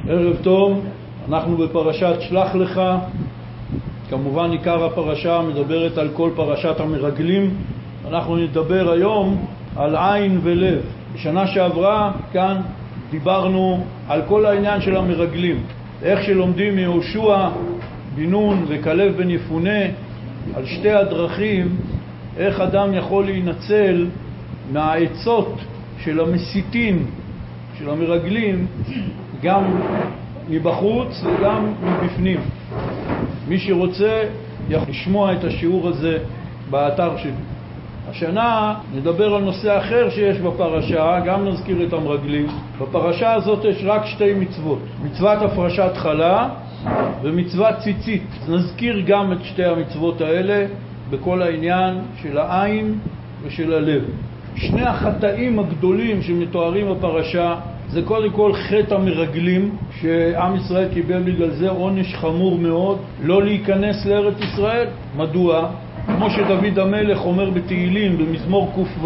ערב טוב, אנחנו בפרשת שלח לך. כמובן עיקר הפרשה מדברת על כל פרשת המרגלים. אנחנו נדבר היום על עין ולב. בשנה שעברה כאן דיברנו על כל העניין של המרגלים, איך שלומדים מיהושע בן נון וכלב בן יפונה על שתי הדרכים, איך אדם יכול להינצל מהעצות של המסיתים, של המרגלים, גם מבחוץ וגם מבפנים. מי שרוצה יכול לשמוע את השיעור הזה באתר שלי. השנה נדבר על נושא אחר שיש בפרשה, גם נזכיר את המרגלים. בפרשה הזאת יש רק שתי מצוות, מצוות הפרשת חלה ומצוות ציצית. נזכיר גם את שתי המצוות האלה בכל העניין של העין ושל הלב. שני החטאים הגדולים שמתוארים בפרשה זה קודם כל חטא המרגלים, שעם ישראל קיבל בגלל זה עונש חמור מאוד, לא להיכנס לארץ ישראל. מדוע? כמו שדוד המלך אומר בתהילים במזמור ק"ו,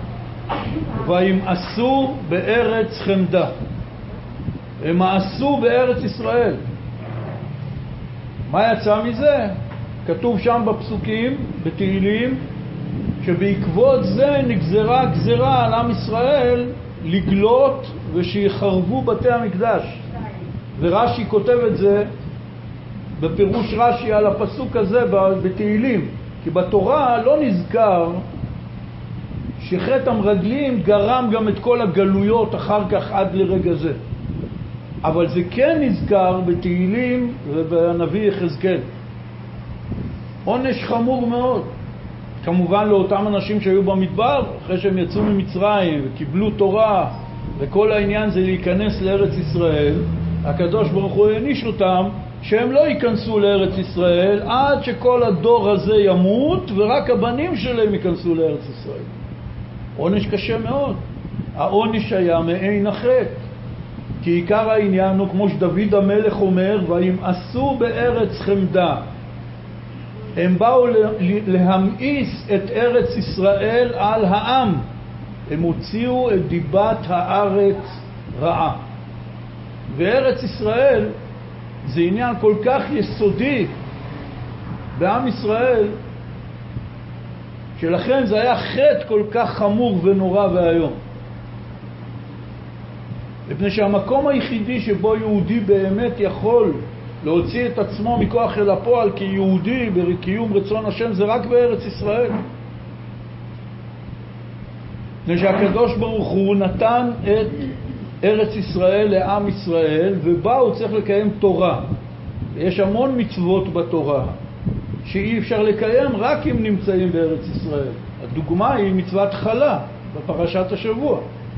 וימאסו בארץ חמדה. הם מאסו בארץ ישראל. מה יצא מזה? כתוב שם בפסוקים בתהילים שבעקבות זה נגזרה גזרה על עם ישראל לגלות ושיחרבו בתי המקדש. ורש"י כותב את זה בפירוש רש"י על הפסוק הזה בתהילים, כי בתורה לא נזכר שחטא המרגלים גרם גם את כל הגלויות אחר כך עד לרגע זה, אבל זה כן נזכר בתהילים ובנביא יחזקאל. עונש חמור מאוד כמובן לאותם אנשים שהיו במדבר אחרי שהם יצאו ממצרים וקיבלו תורה, וכל העניין זה להיכנס לארץ ישראל. הקדוש ברוך הוא העניש אותם שהם לא ייכנסו לארץ ישראל עד שכל הדור הזה ימות ורק הבנים שלהם ייכנסו לארץ ישראל. עונש קשה מאוד. העונש היה מעין החטא, כי עיקר העניין הוא כמו שדוד המלך אומר, וימאסו בארץ חמדה. הם באו להמאיס את ארץ ישראל על העם. הם הוציאו את דיבת הארץ רעה. וארץ ישראל זה עניין כל כך יסודי בעם ישראל, שלכן זה היה חטא כל כך חמור ונורא והיום. מפני שהמקום היחידי שבו יהודי באמת יכול להוציא את עצמו מכוח אל הפועל כיהודי בקיום רצון השם זה רק בארץ ישראל. מפני שהקדוש ברוך הוא נתן את ארץ ישראל לעם ישראל, ובה הוא צריך לקיים תורה. יש המון מצוות בתורה שאי אפשר לקיים רק אם נמצאים בארץ ישראל. הדוגמה היא מצוות חלה בפרשת השבוע.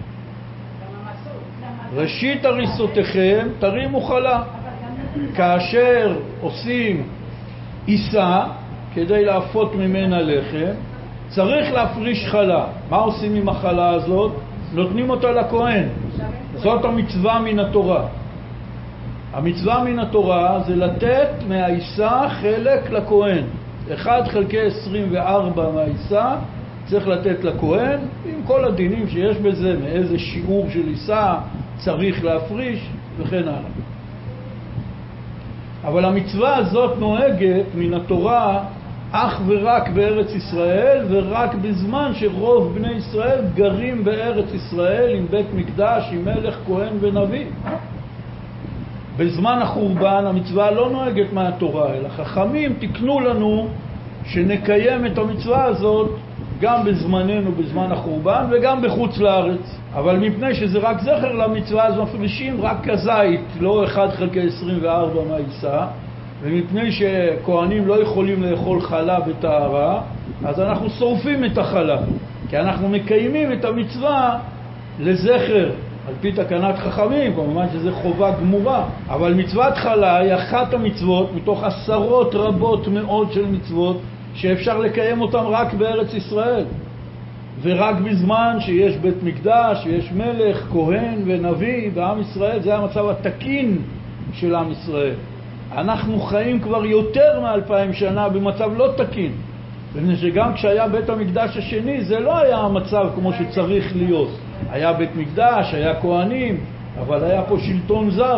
ראשית הריסותיכם תרימו חלה. כאשר עושים עיסה כדי להפות ממנה לחם, צריך להפריש חלה. מה עושים עם החלה הזאת? נותנים אותה לכהן. זאת המצווה מן התורה. המצווה מן התורה זה לתת מהעיסה חלק לכהן. 1/24 מהעיסה צריך לתת לכהן, עם כל הדינים שיש בזה, מאיזה שיעור של עיסה צריך להפריש וכן הלאה. אבל המצווה הזאת נוהגת מן התורה אך ורק בארץ ישראל, ורק בזמן שרוב בני ישראל גרים בארץ ישראל עם בית מקדש, עם מלך, כהן ונביא. בזמן החורבן המצווה לא נוהגת מהתורה, אלא חכמים תקנו לנו שנקיים את המצווה הזאת גם בזמננו, בזמן החורבן, וגם בחוץ לארץ. אבל מפני שזה רק זכר למצווה, אז מפרישים רק כזית, לא 1/24 מהעיסה, ומפני שכהנים לא יכולים לאכול חלה בטהרה, אז אנחנו שורפים את החלה, כי אנחנו מקיימים את המצווה לזכר, על פי תקנת חכמים, כמובן שזה חובה גמורה. אבל מצוות חלה היא אחת המצוות מתוך עשרות רבות מאוד של מצוות שאפשר לקיים אותם רק בארץ ישראל, ורק בזמן שיש בית מקדש, יש מלך, כהן ונביא בעם ישראל. זה המצב התקין של עם ישראל. אנחנו חיים כבר יותר מ2000 שנה במצב לא תקין, מפני שגם כשהיה בית המקדש השני זה לא היה המצב כמו שצריך להיות. היה בית מקדש, היה כהנים, אבל היה פה שלטון זר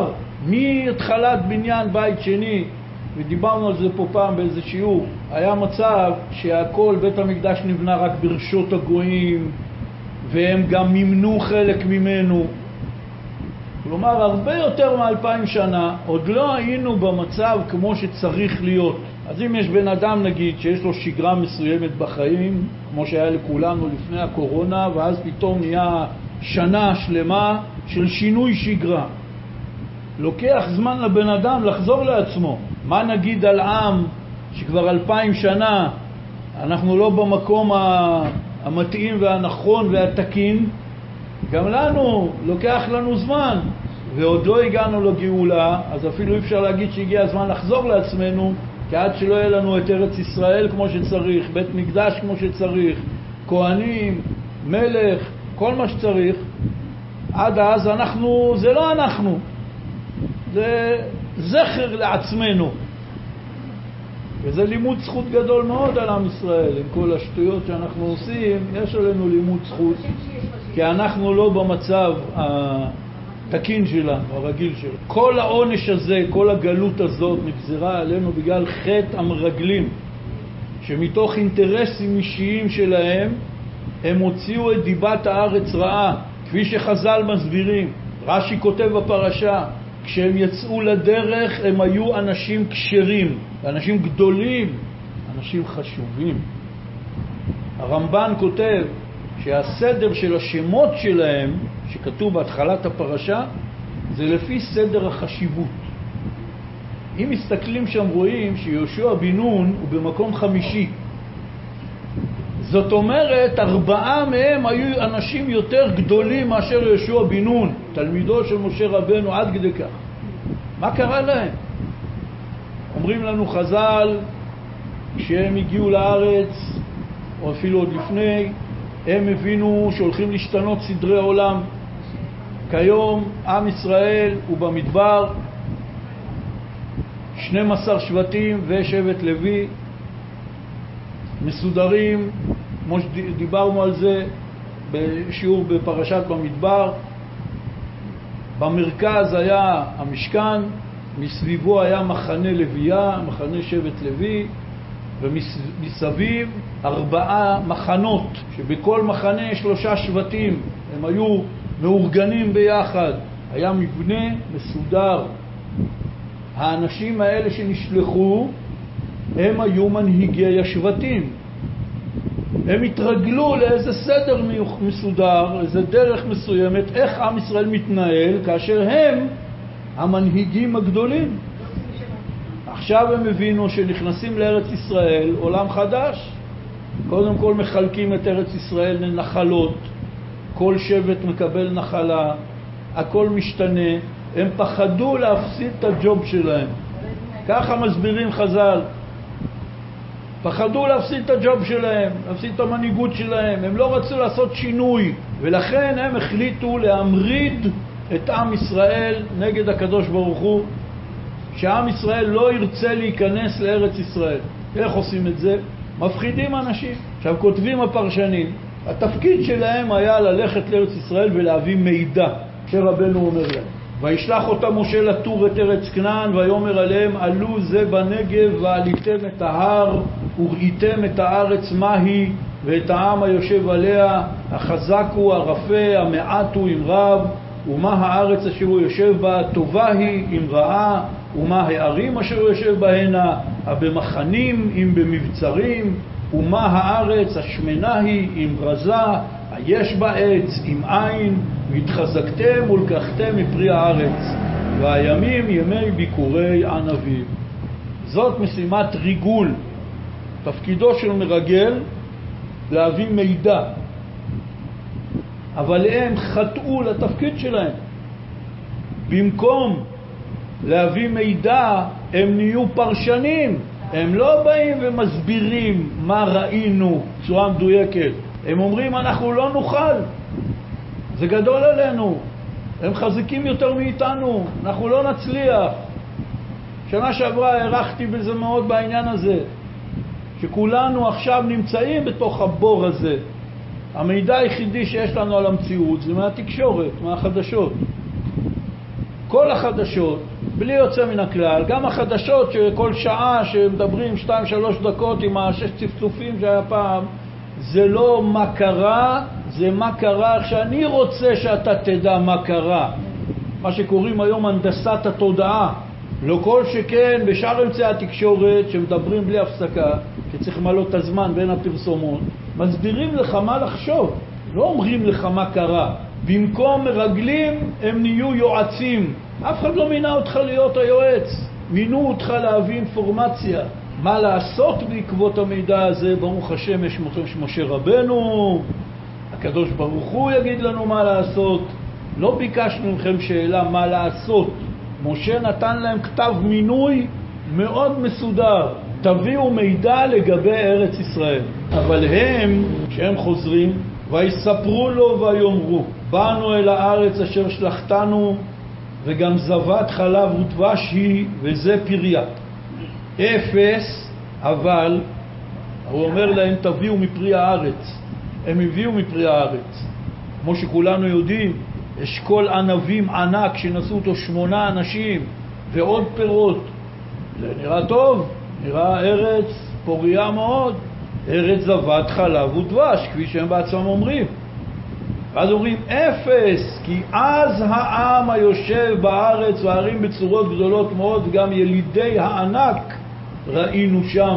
מהתחלת בניין בית שני, ודיברנו על זה פה פעם באיזה שיעור, היה מצב שהכל, בית המקדש נבנה רק ברשות הגויים, והם גם מימנו חלק ממנו. כלומר, הרבה יותר מ2000 שנה, עוד לא היינו במצב כמו שצריך להיות. אז אם יש בן אדם, נגיד, שיש לו שגרה מסוימת בחיים, כמו שהיה לכולנו לפני הקורונה, ואז פתאום נהיה שנה שלמה של שינוי שגרה. לוקח זמן לבן אדם לחזור לעצמו. מה נגיד על עם שכבר 2000 שנה אנחנו לא במקום המתאים והנכון והתקין? גם לנו, לוקח לנו זמן, ועוד לא הגענו לגאולה, אז אפילו אפשר להגיד שהגיע הזמן לחזור לעצמנו, כי עד שלא יהיה לנו את ארץ ישראל כמו שצריך, בית מקדש כמו שצריך, כהנים, מלך, כל מה שצריך, עד אז זה לא אנחנו, זה זכר לעצמנו. וזה לימוד זכות גדול מאוד על עם ישראל. עם כל השטויות שאנחנו עושים, יש עלינו לימוד זכות, כי אנחנו לא במצב התקין שלנו, הרגיל שלנו. כל העונש הזה, כל הגלות הזאת נגזרה עלינו בגלל חטא המרגלים, שמתוך אינטרסים אישיים שלהם הם הוציאו את דיבת הארץ רעה, כפי שחז"ל מסבירים. רש"י כותב בפרשה, כשהם יצאו לדרך הם היו אנשים כשרים, אנשים גדולים, אנשים חשובים. הרמב"ן כותב שהסדר של השמות שלהם, שכתוב בהתחלת הפרשה, זה לפי סדר החשיבות. אם מסתכלים שם רואים שיהושע בן נון הוא במקום 5. זאת אומרת, 4 מהם היו אנשים יותר גדולים מאשר יהושע בן נון, תלמידו של משה רבנו, עד כדי כך. מה קרה להם? אומרים לנו חז"ל, כשהם הגיעו לארץ, או אפילו עוד לפני, הם הבינו שהולכים להשתנות סדרי עולם. כיום עם ישראל הוא במדבר, 12 שבטים ושבט לוי, מסודרים, כמו שדיברנו על זה בשיעור בפרשת במדבר. במרכז היה המשכן, מסביבו היה מחנה לוויה, מחנה שבט לוי, ומסביב 4 מחנות, שבכל מחנה 3 שבטים, הם היו מאורגנים ביחד, היה מבנה מסודר. האנשים האלה שנשלחו, הם היו מנהיגי השבטים. הם התרגלו לאיזה סדר מסודר, איזה דרך מסוימת, איך עם ישראל מתנהל, כאשר הם המנהיגים הגדולים. עכשיו הם הבינו שנכנסים לארץ ישראל, עולם חדש. קודם כל מחלקים את ארץ ישראל לנחלות, כל שבט מקבל נחלה, הכל משתנה. הם פחדו להפסיד את הג'וב שלהם. ככה מסבירים חז"ל. פחדו להפסיד את הג'וב שלהם, להפסיד את המנהיגות שלהם. הם לא רצו לעשות שינוי, ולכן הם החליטו להמריד את עם ישראל נגד הקדוש ברוך הוא, שעם ישראל לא ירצה להיכנס לארץ ישראל. איך עושים את זה? מפחידים אנשים. עכשיו כותבים הפרשנים, התפקיד שלהם היה ללכת לארץ ישראל ולהביא מידע, שרבנו אומר להם. וישלח אותם משה לתור את ארץ כנען, ויאמר עליהם, עלו זה בנגב ועליתם את ההר וראיתם את הארץ מהי, ואת העם היושב עליה, החזק הוא, הרפה, המעט הוא עם רב, ומה הארץ אשר הוא יושב בה, טובה היא עם רעה, ומה הערים אשר הוא יושב בהנה, הבמחנים עם במבצרים, ומה הארץ השמנה היא עם רזה, היש בה עץ עם עין, והתחזקתם ולקחתם מפרי הארץ, והימים ימי ביקורי ענבים. זאת משימת ריגול. תפקידו של מרגל להביא מידע, אבל הם חטאו לתפקיד שלהם. במקום להביא מידע הם נהיו פרשנים. הם לא באים ומסבירים מה ראינו בצורה מדויקת. הם אומרים אנחנו לא נוכל, זה גדול עלינו, הם חזקים יותר מאיתנו, אנחנו לא נצליח. שנה שעברה הערכתי בזה מאוד בעניין הזה, שכולנו עכשיו נמצאים בתוך הבור הזה. המידע היחידי שיש לנו על המציאות זה מהתקשורת, מהחדשות. כל החדשות, בלי יוצא מן הכלל, גם החדשות שכל שעה שמדברים 2-3 דקות עם השש צפצופים שהיה פעם, זה לא מה קרה, זה מה קרה שאני רוצה שאתה תדע מה קרה. מה שקוראים היום הנדסת התודעה. לא כל שכן בשאר אמצעי התקשורת שמדברים בלי הפסקה, שצריך למלא את הזמן בין הפרסומות, מסבירים לך מה לחשוב, לא אומרים לך מה קרה. במקום מרגלים הם נהיו יועצים. אף אחד לא מינה אותך להיות היועץ, מינו אותך להביא אינפורמציה. מה לעשות בעקבות המידע הזה? ברוך השם יש משה רבנו, הקדוש ברוך הוא יגיד לנו מה לעשות. לא ביקשנו מכם שאלה מה לעשות. משה נתן להם כתב מינוי מאוד מסודר, תביאו מידע לגבי ארץ ישראל. אבל הם, כשהם חוזרים, ויספרו לו ויאמרו, באנו אל הארץ אשר שלחתנו, וגם זבת חלב ודבש היא, וזה פריה. אפס, אבל הוא אומר להם תביאו מפרי הארץ. הם הביאו מפרי הארץ. כמו שכולנו יודעים, אשכול ענבים ענק שנשאו אותו 8 אנשים ועוד פירות. זה נראה טוב, נראה ארץ פוריה מאוד, ארץ זבת חלב ודבש, כפי שהם בעצמם אומרים. אז אומרים אפס, כי אז העם היושב בארץ והערים בצורות גדולות מאוד, גם ילידי הענק ראינו שם.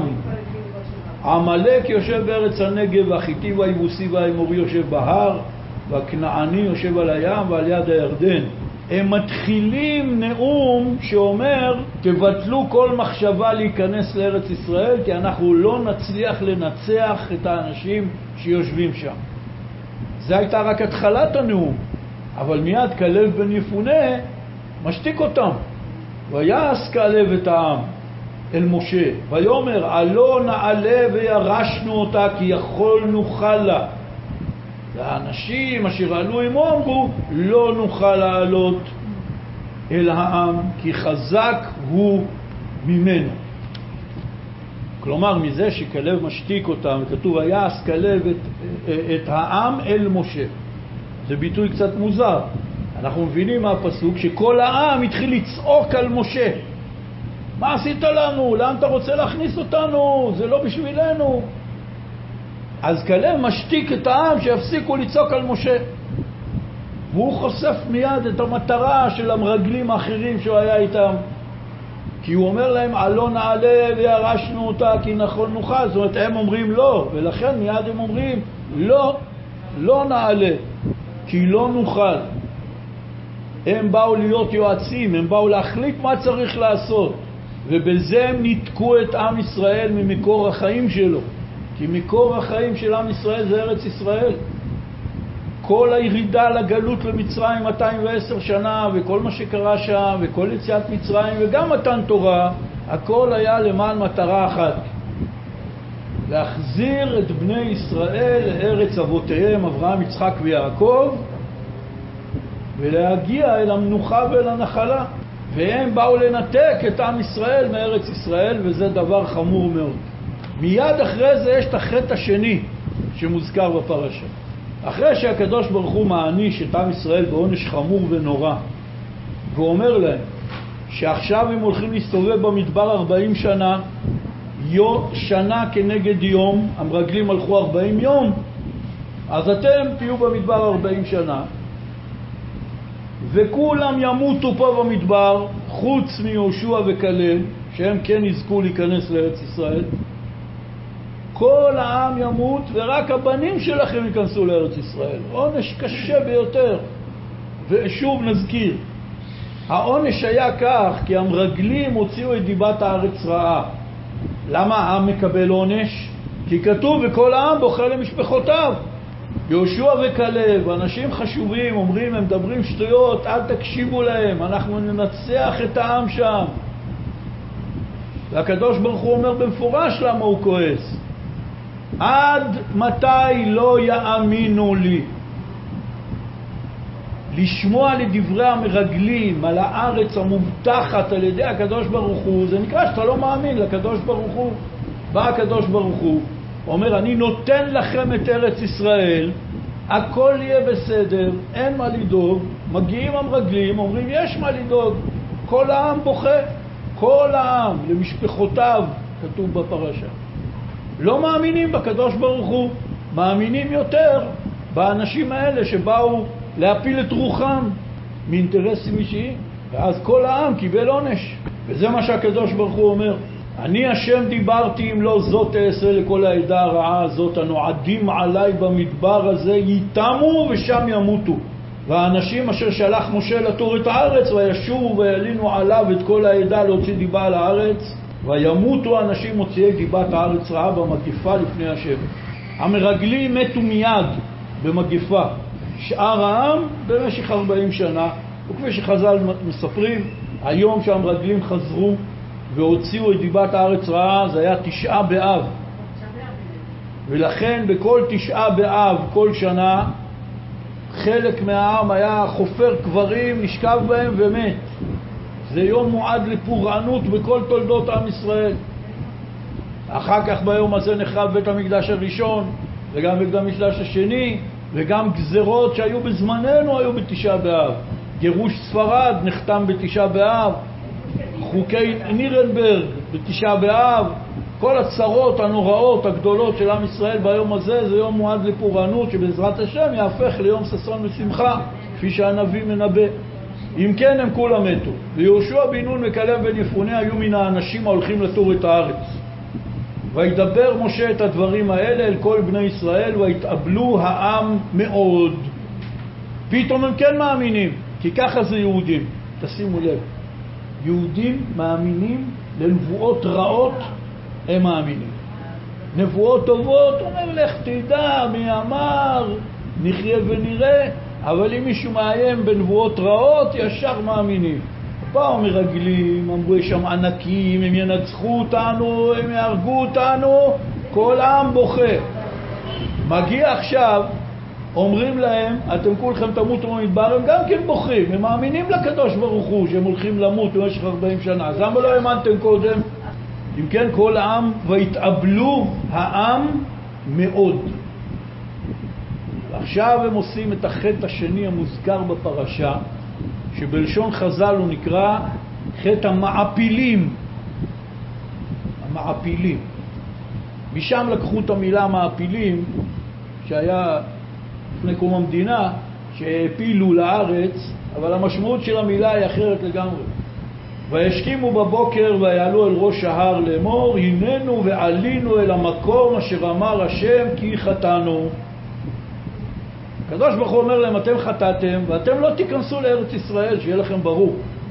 עמלק יושב בארץ הנגב, והחיטי והיבוסי והאמורי יושב בהר, והכנעני יושב על הים ועל יד הירדן. הם מתחילים נאום שאומר תבטלו כל מחשבה להיכנס לארץ ישראל, כי אנחנו לא נצליח לנצח את האנשים שיושבים שם. זה הייתה רק התחלת הנאום, אבל מיד כלב בן יפונה משתיק אותם. ויעש כלב את העם אל משה ויאמר עלו נעלה וירשנו אותה כי יכולנו חלה. והאנשים אשר עלו עמו אמרו לא נוכל לעלות אל העם כי חזק הוא ממנו. כלומר מזה שכלב משתיק אותם, כתוב ויעש כלב את העם אל משה. זה ביטוי קצת מוזר. אנחנו מבינים מהפסוק שכל העם התחיל לצעוק על משה. מה עשית לנו? לאן אתה רוצה להכניס אותנו? זה לא בשבילנו. אז כלב משתיק את העם שיפסיקו לצעוק על משה. והוא חושף מיד את המטרה של המרגלים האחרים שהוא היה איתם. כי הוא אומר להם עלו נעלה וירשנו אותה כי נכון נוכל. זאת אומרת הם אומרים לא, ולכן מיד הם אומרים לא נעלה כי לא נוכל. הם באו להיות יועצים, הם באו להחליט מה צריך לעשות, ובזה הם ניתקו את עם ישראל ממקור החיים שלו. כי מקור החיים של עם ישראל זה ארץ ישראל. כל הירידה לגלות למצרים 210 שנה וכל מה שקרה שם וכל יציאת מצרים וגם מתן תורה, הכל היה למען מטרה אחת, להחזיר את בני ישראל לארץ אבותיהם אברהם יצחק ויעקב ולהגיע אל המנוחה ואל הנחלה. והם באו לנתק את עם ישראל מארץ ישראל, וזה דבר חמור מאוד. מיד אחרי זה יש את החטא השני שמוזכר בפרשה. אחרי שהקדוש ברוך הוא מעניש את עם ישראל בעונש חמור ונורא, והוא אומר להם שעכשיו הם הולכים להסתובב במדבר 40 שנה, שנה כנגד יום, המרגלים הלכו 40 יום, אז אתם תהיו במדבר 40 שנה, וכולם ימותו פה במדבר, חוץ מיהושע וכלב, שהם כן יזכו להיכנס לארץ ישראל. כל העם ימות, ורק הבנים שלכם ייכנסו לארץ ישראל. עונש קשה ביותר. ושוב נזכיר, העונש היה כך, כי המרגלים הוציאו את דיבת הארץ רעה. למה העם מקבל עונש? כי כתוב, וכל העם בוחר למשפחותיו. יהושע וכלב, אנשים חשובים, אומרים, הם מדברים שטויות, אל תקשיבו להם, אנחנו ננצח את העם שם. והקדוש ברוך הוא אומר במפורש למה הוא כועס. עד מתי לא יאמינו לי? לשמוע לדברי המרגלים על הארץ המובטחת על ידי הקדוש ברוך הוא, זה נקרא שאתה לא מאמין לקדוש ברוך הוא. בא הקדוש ברוך הוא, אומר אני נותן לכם את ארץ ישראל, הכל יהיה בסדר, אין מה לדאוג, מגיעים המרגלים, אומרים יש מה לדאוג, כל העם בוכה, כל העם למשפחותיו, כתוב בפרשה. לא מאמינים בקדוש ברוך הוא, מאמינים יותר באנשים האלה שבאו להפיל את רוחם מאינטרסים אישיים, ואז כל העם קיבל עונש. וזה מה שהקדוש ברוך הוא אומר, אני השם דיברתי, אם לא זאת תעשה לכל העדה הרעה הזאת, הנועדים עליי במדבר הזה ייתמו ושם ימותו. והאנשים אשר שלח משה לתור את הארץ וישובו וילינו עליו את כל העדה להוציא דיבה על הארץ, וימותו אנשים מוציאי דיבת הארץ רעה במגפה לפני השם. המרגלים מתו מיד במגפה, שאר העם במשך 40 שנה. וכפי שחז"ל מספרים, היום שהמרגלים חזרו והוציאו את דיבת הארץ רעה, זה היה 9 באב. ולכן בכל 9 באב כל שנה חלק מהעם היה חופר קברים, נשכב בהם ומת. זה יום מועד לפורענות בכל תולדות עם ישראל. אחר כך ביום הזה נחרב בית המקדש הראשון וגם בית המקדש השני, וגם גזרות שהיו בזמננו היו ב9 באב. גירוש ספרד נחתם ב9 באב, חוקי נירנברג ב9 באב. כל הצרות הנוראות הגדולות של עם ישראל ביום הזה, זה יום מועד לפורענות שבעזרת השם יהפך ליום ששון ושמחה, כפי שהנביא מנבא. אם כן הם כולם מתו. ויהושע בן נון וכלב בן יפונה היו מן האנשים ההולכים לתור את הארץ. וידבר משה את הדברים האלה אל כל בני ישראל, והתאבלו העם מאוד. פתאום הם כן מאמינים, כי ככה זה יהודים. תשימו לב, יהודים מאמינים לנבואות רעות, הם מאמינים. נבואות טובות, אומר לך תדע מי אמר, נחיה ונראה, אבל אם מישהו מאיים בנבואות רעות, ישר מאמינים. באו מרגלים, אמרו יש שם ענקים, הם ינצחו אותנו, הם יהרגו אותנו, כל העם בוכה. מגיע עכשיו, אומרים להם, אתם כולכם תמותו במדבר, הם גם כן בוכים, הם מאמינים לקדוש ברוך הוא שהם הולכים למות במשך 40 שנה. אז למה לא האמנתם קודם? אם כן, כל העם, והתאבלו העם מאוד. עכשיו הם עושים את החטא השני המוזכר בפרשה, שבלשון חז"ל הוא נקרא חטא המעפילים. המעפילים. משם לקחו את המילה מעפילים, שהיה לפני קום המדינה, שהפילו לארץ, אבל המשמעות של המילה היא אחרת לגמרי. וישכימו בבוקר ויעלו אל ראש ההר לאמור, הננו ועלינו אל המקום אשר אמר השם כי חטאנו. הקדוש ברוך הוא אומר להם, אתם חטאתם ואתם לא תיכנסו לארץ ישראל, שיהיה לכם ברור.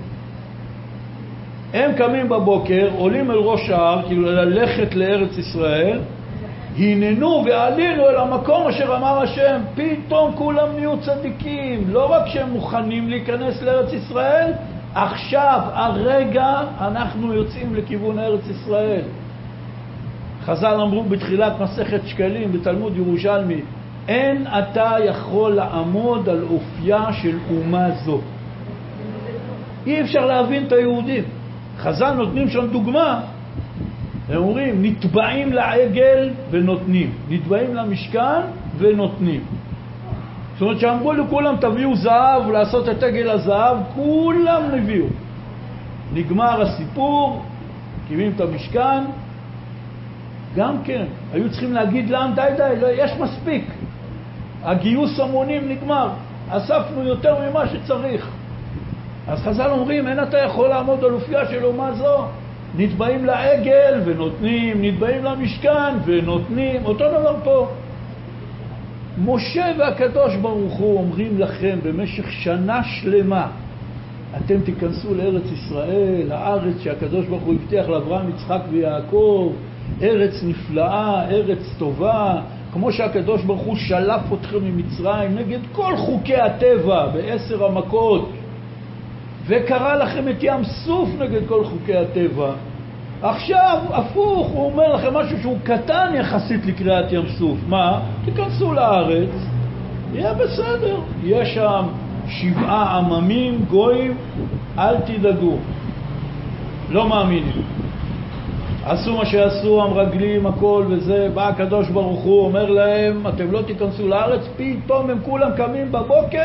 הם קמים בבוקר, עולים אל ראש ההר, כאילו ללכת לארץ ישראל, הננו ועלינו אל המקום אשר אמר השם. פתאום כולם נהיו צדיקים, לא רק שהם מוכנים להיכנס לארץ ישראל, עכשיו, הרגע, אנחנו יוצאים לכיוון ארץ ישראל. חז"ל אמרו בתחילת מסכת שקלים בתלמוד ירושלמי, אין אתה יכול לעמוד על אופייה של אומה זו. אי אפשר להבין את היהודים. חז"ל נותנים שם דוגמה, הם אומרים נטבעים לעגל ונותנים, נטבעים למשכן ונותנים. זאת אומרת שאמרו לכולם תביאו זהב לעשות את עגל הזהב, כולם נביאו. נגמר הסיפור, מקימים את המשכן, גם כן היו צריכים להגיד להם די לא, יש מספיק, הגיוס המונים נגמר, אספנו יותר ממה שצריך. אז חז"ל אומרים אין אתה יכול לעמוד על אופייה של אומה זו. נטבעים לעגל ונותנים, נטבעים למשכן ונותנים. אותו דבר פה, משה והקדוש ברוך הוא אומרים לכם במשך שנה שלמה, אתם תיכנסו לארץ ישראל, הארץ שהקדוש ברוך הוא הבטיח לאברהם, יצחק ויעקב, ארץ נפלאה, ארץ טובה, כמו שהקדוש ברוך הוא שלף אתכם ממצרים נגד כל חוקי הטבע ב10 המכות, וקרא לכם את ים סוף נגד כל חוקי הטבע. עכשיו הפוך, הוא אומר לכם משהו שהוא קטן יחסית לקריאת ים סוף. מה? תיכנסו לארץ, יהיה בסדר, יש שם 7 עממים גויים, אל תדאגו. לא מאמינים, עשו מה שעשו המרגלים הכל וזה. בא הקדוש ברוך הוא אומר להם אתם לא תיכנסו לארץ. פתאום הם כולם קמים בבוקר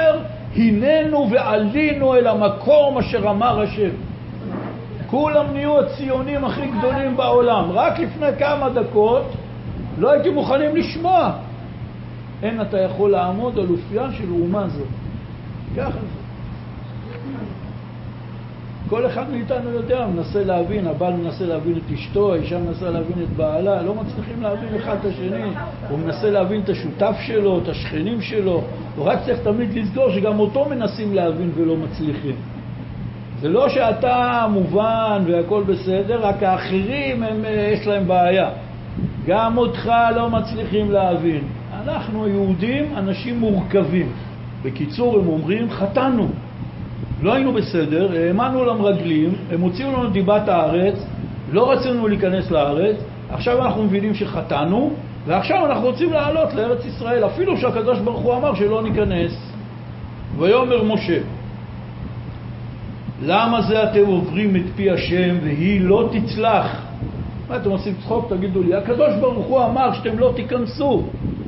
הננו ועלינו אל המקום אשר אמר השם. כולם נהיו הציונים הכי גדולים בעולם. רק לפני כמה דקות לא הייתי מוכנים לשמוע. אין אתה יכול לעמוד על אופיין של אומה זו. ככה זה. כל אחד מאיתנו יודע, מנסה להבין, הבעל מנסה להבין את אשתו, האישה מנסה להבין את בעלה, לא מצליחים להבין אחד את השני. הוא מנסה להבין את השותף שלו, את השכנים שלו, הוא רק צריך תמיד לזכור שגם אותו מנסים להבין ולא מצליחים. זה לא שאתה מובן והכל בסדר, רק האחרים יש להם בעיה. גם אותך לא מצליחים להבין. אנחנו יהודים, אנשים מורכבים. בקיצור, הם אומרים, חטאנו. לא היינו בסדר, האמנו למרגלים, הם הוציאו לנו דיבת הארץ, לא רצינו להיכנס לארץ, עכשיו אנחנו מבינים שחטאנו, ועכשיו אנחנו רוצים לעלות לארץ ישראל, אפילו שהקדוש ברוך הוא אמר שלא ניכנס. ויאמר משה, למה זה אתם עוברים את פי השם והיא לא תצלח? מה אתם עושים צחוק? תגידו לי, הקדוש ברוך הוא אמר שאתם לא תיכנסו.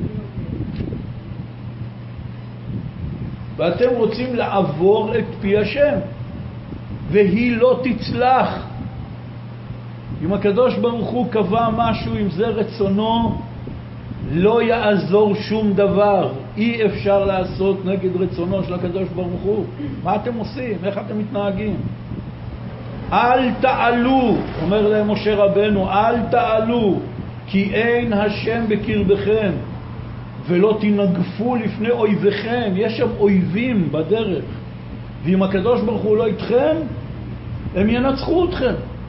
ואתם רוצים לעבור את פי השם והיא לא תצלח. אם הקדוש ברוך הוא קבע משהו, אם זה רצונו, לא יעזור שום דבר. אי אפשר לעשות נגד רצונו של הקדוש ברוך הוא. מה אתם עושים? איך אתם מתנהגים? אל תעלו, אומר להם משה רבנו, אל תעלו, כי אין השם בקרבכם, ולא תנגפו לפני אויביכם. יש שם אויבים בדרך, ואם הקדוש ברוך הוא לא איתכם, הם ינצחו אתכם.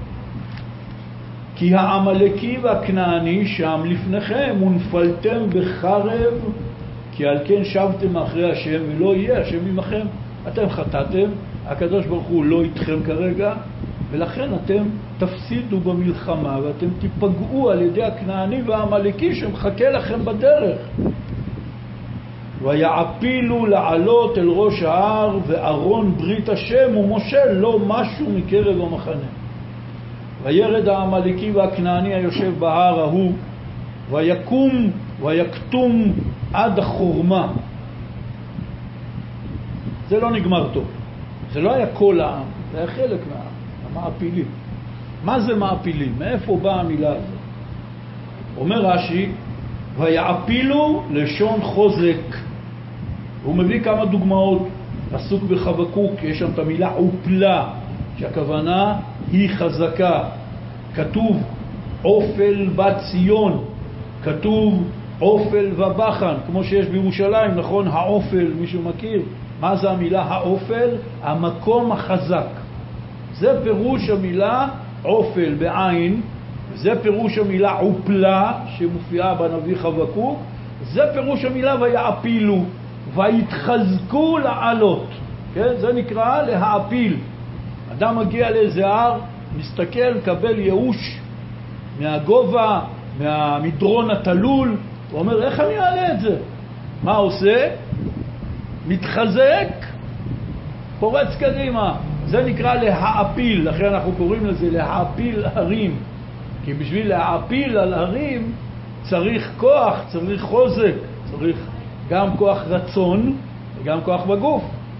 כי העמלקי והכנעני שם לפניכם, ונפלתם בחרב, כי על כן שבתם אחרי השם, ולא יהיה השם עמכם. אתם חטאתם, הקדוש ברוך הוא לא איתכם כרגע, ולכן אתם תפסידו במלחמה, ואתם תיפגעו על ידי הכנעני והעמלקי שמחכה לכם בדרך. ויעפילו לעלות אל ראש ההר, וארון ברית השם ומשה לא משהו מקרב המחנה. וירד העמלקי והכנעני היושב בהר ההוא, ויקום ויקטום עד החורמה. זה לא נגמר טוב. זה לא היה כל העם, זה היה חלק מהעם, המעפילים. מה זה מעפילים? מאיפה באה המילה הזאת? אומר רש"י, ויעפילו לשון חוזק. הוא מביא כמה דוגמאות. פסוק בחבקוק, יש שם את המילה עופלה, שהכוונה היא חזקה. כתוב עופל בת ציון, כתוב עופל ובחן, כמו שיש בירושלים, נכון? העופל, מישהו מכיר? מה זה המילה העופל? המקום החזק. זה פירוש המילה עופל בעין, זה פירוש המילה עופלה שמופיעה בנביא חבקוק, זה פירוש המילה ויעפילו, ויתחזקו לעלות. כן? זה נקרא להעפיל. אדם מגיע לאיזה הר, מסתכל, מקבל ייאוש מהגובה, מהמדרון התלול, הוא אומר, איך אני אעלה את זה? מה עושה? מתחזק, פורץ קדימה. זה נקרא להעפיל, לכן אנחנו קוראים לזה להעפיל הרים. כי בשביל להעפיל על הרים צריך כוח, צריך חוזק, צריך גם כוח רצון וגם כוח בגוף.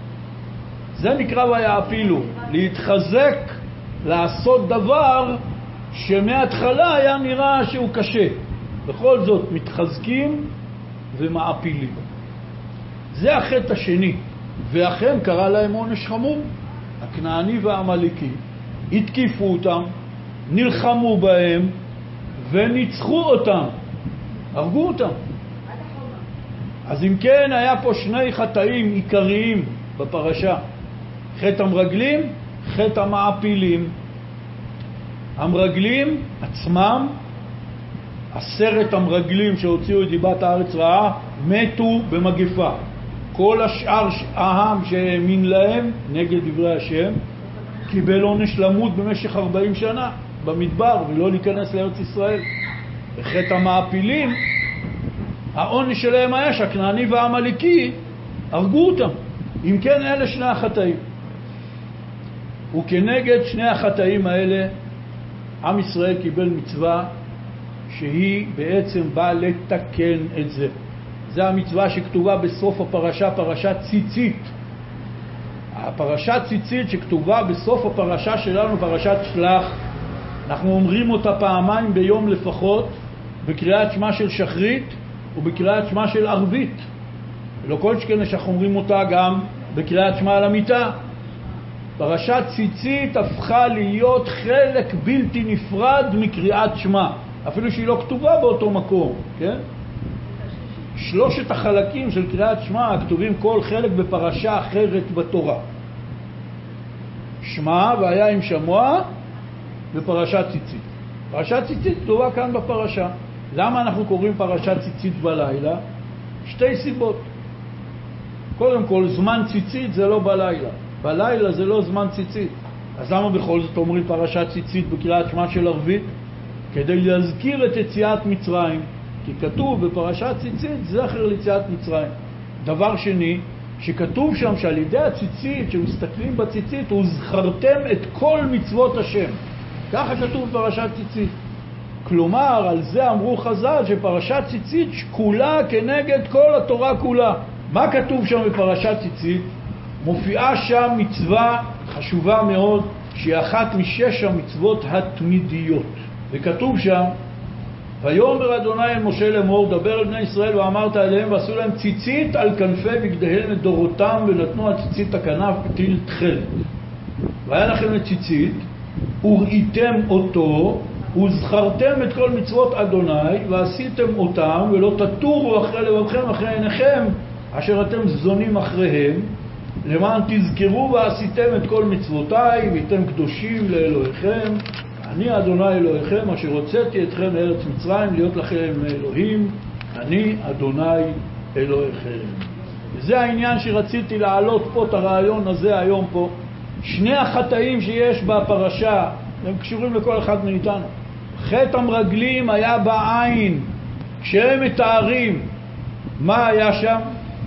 זה נקרא ויעפילו, להתחזק, לעשות דבר שמההתחלה היה נראה שהוא קשה. בכל זאת מתחזקים ומעפילים. זה החטא השני, ואכן קרא להם עונש חמור. הכנעני והעמלקי התקיפו אותם, נלחמו בהם וניצחו אותם, הרגו אותם. אז אם כן, היה פה שני חטאים עיקריים בפרשה: חטא המרגלים, חטא המעפילים. המרגלים עצמם, 10 המרגלים שהוציאו את דיבת הארץ רעה, מתו במגפה. כל השאר העם שהאמין להם נגד דברי השם קיבל עונש למות במשך 40 שנה במדבר ולא להיכנס לארץ ישראל. בחטא המעפילים העונש שלהם היה שהכנעני והעמלקי הרגו אותם. אם כן, אלה שני החטאים. וכנגד שני החטאים האלה עם ישראל קיבל מצווה שהיא בעצם באה לתקן את זה. זה המצווה שכתובה בסוף הפרשה, פרשת ציצית. הפרשת ציצית שכתובה בסוף הפרשה שלנו, פרשת שלח, אנחנו אומרים אותה פעמיים ביום לפחות, בקריאת שמע של שחרית ובקריאת שמע של ערבית. ולא כל שכן שאנחנו אומרים אותה גם בקריאת שמע על המיטה. פרשת ציצית הפכה להיות חלק בלתי נפרד מקריאת שמע, אפילו שהיא לא כתובה באותו מקום, כן? שלושת החלקים של קריאת שמע כתובים כל חלק בפרשה אחרת בתורה. שמע והיה עם שמוע בפרשת ציצית. פרשת ציצית כתובה כאן בפרשה. למה אנחנו קוראים פרשת ציצית בלילה? שתי סיבות. קודם כל, זמן ציצית זה לא בלילה. בלילה זה לא זמן ציצית. אז למה בכל זאת אומרים פרשת ציצית בקריאת שמע של ערבית? כדי להזכיר את יציאת מצרים. כי כתוב בפרשת ציצית זכר ליציאת מצרים. דבר שני, שכתוב שם שעל ידי הציצית, שמסתכלים בציצית, וזכרתם את כל מצוות השם. ככה כתוב בפרשת ציצית. כלומר, על זה אמרו חז"ל שפרשת ציצית שקולה כנגד כל התורה כולה. מה כתוב שם בפרשת ציצית? מופיעה שם מצווה חשובה מאוד, שהיא אחת משש המצוות התמידיות. וכתוב שם, ויאמר אדוני אל משה לאמור, דבר אל בני ישראל ואמרת אליהם, ועשו להם ציצית על כנפי בגדיהם לדורותם, ונתנו על ציצית הכנף פתיל תכלת. והיה לכם את ציצית, וראיתם אותו, וזכרתם את כל מצוות אדוני, ועשיתם אותם, ולא תטורו אחרי לבבכם אחרי עיניכם, אשר אתם זונים אחריהם, למען תזכרו ועשיתם את כל מצוותיי, ואתם קדושים לאלוהיכם. אני אדוני אלוהיכם, אשר הוצאתי אתכם מארץ מצרים, להיות לכם אלוהים, אני אדוני אלוהיכם. וזה העניין שרציתי להעלות פה את הרעיון הזה היום פה. שני החטאים שיש בפרשה, הם קשורים לכל אחד מאיתנו. חטא המרגלים היה בעין. כשהם מתארים מה היה שם,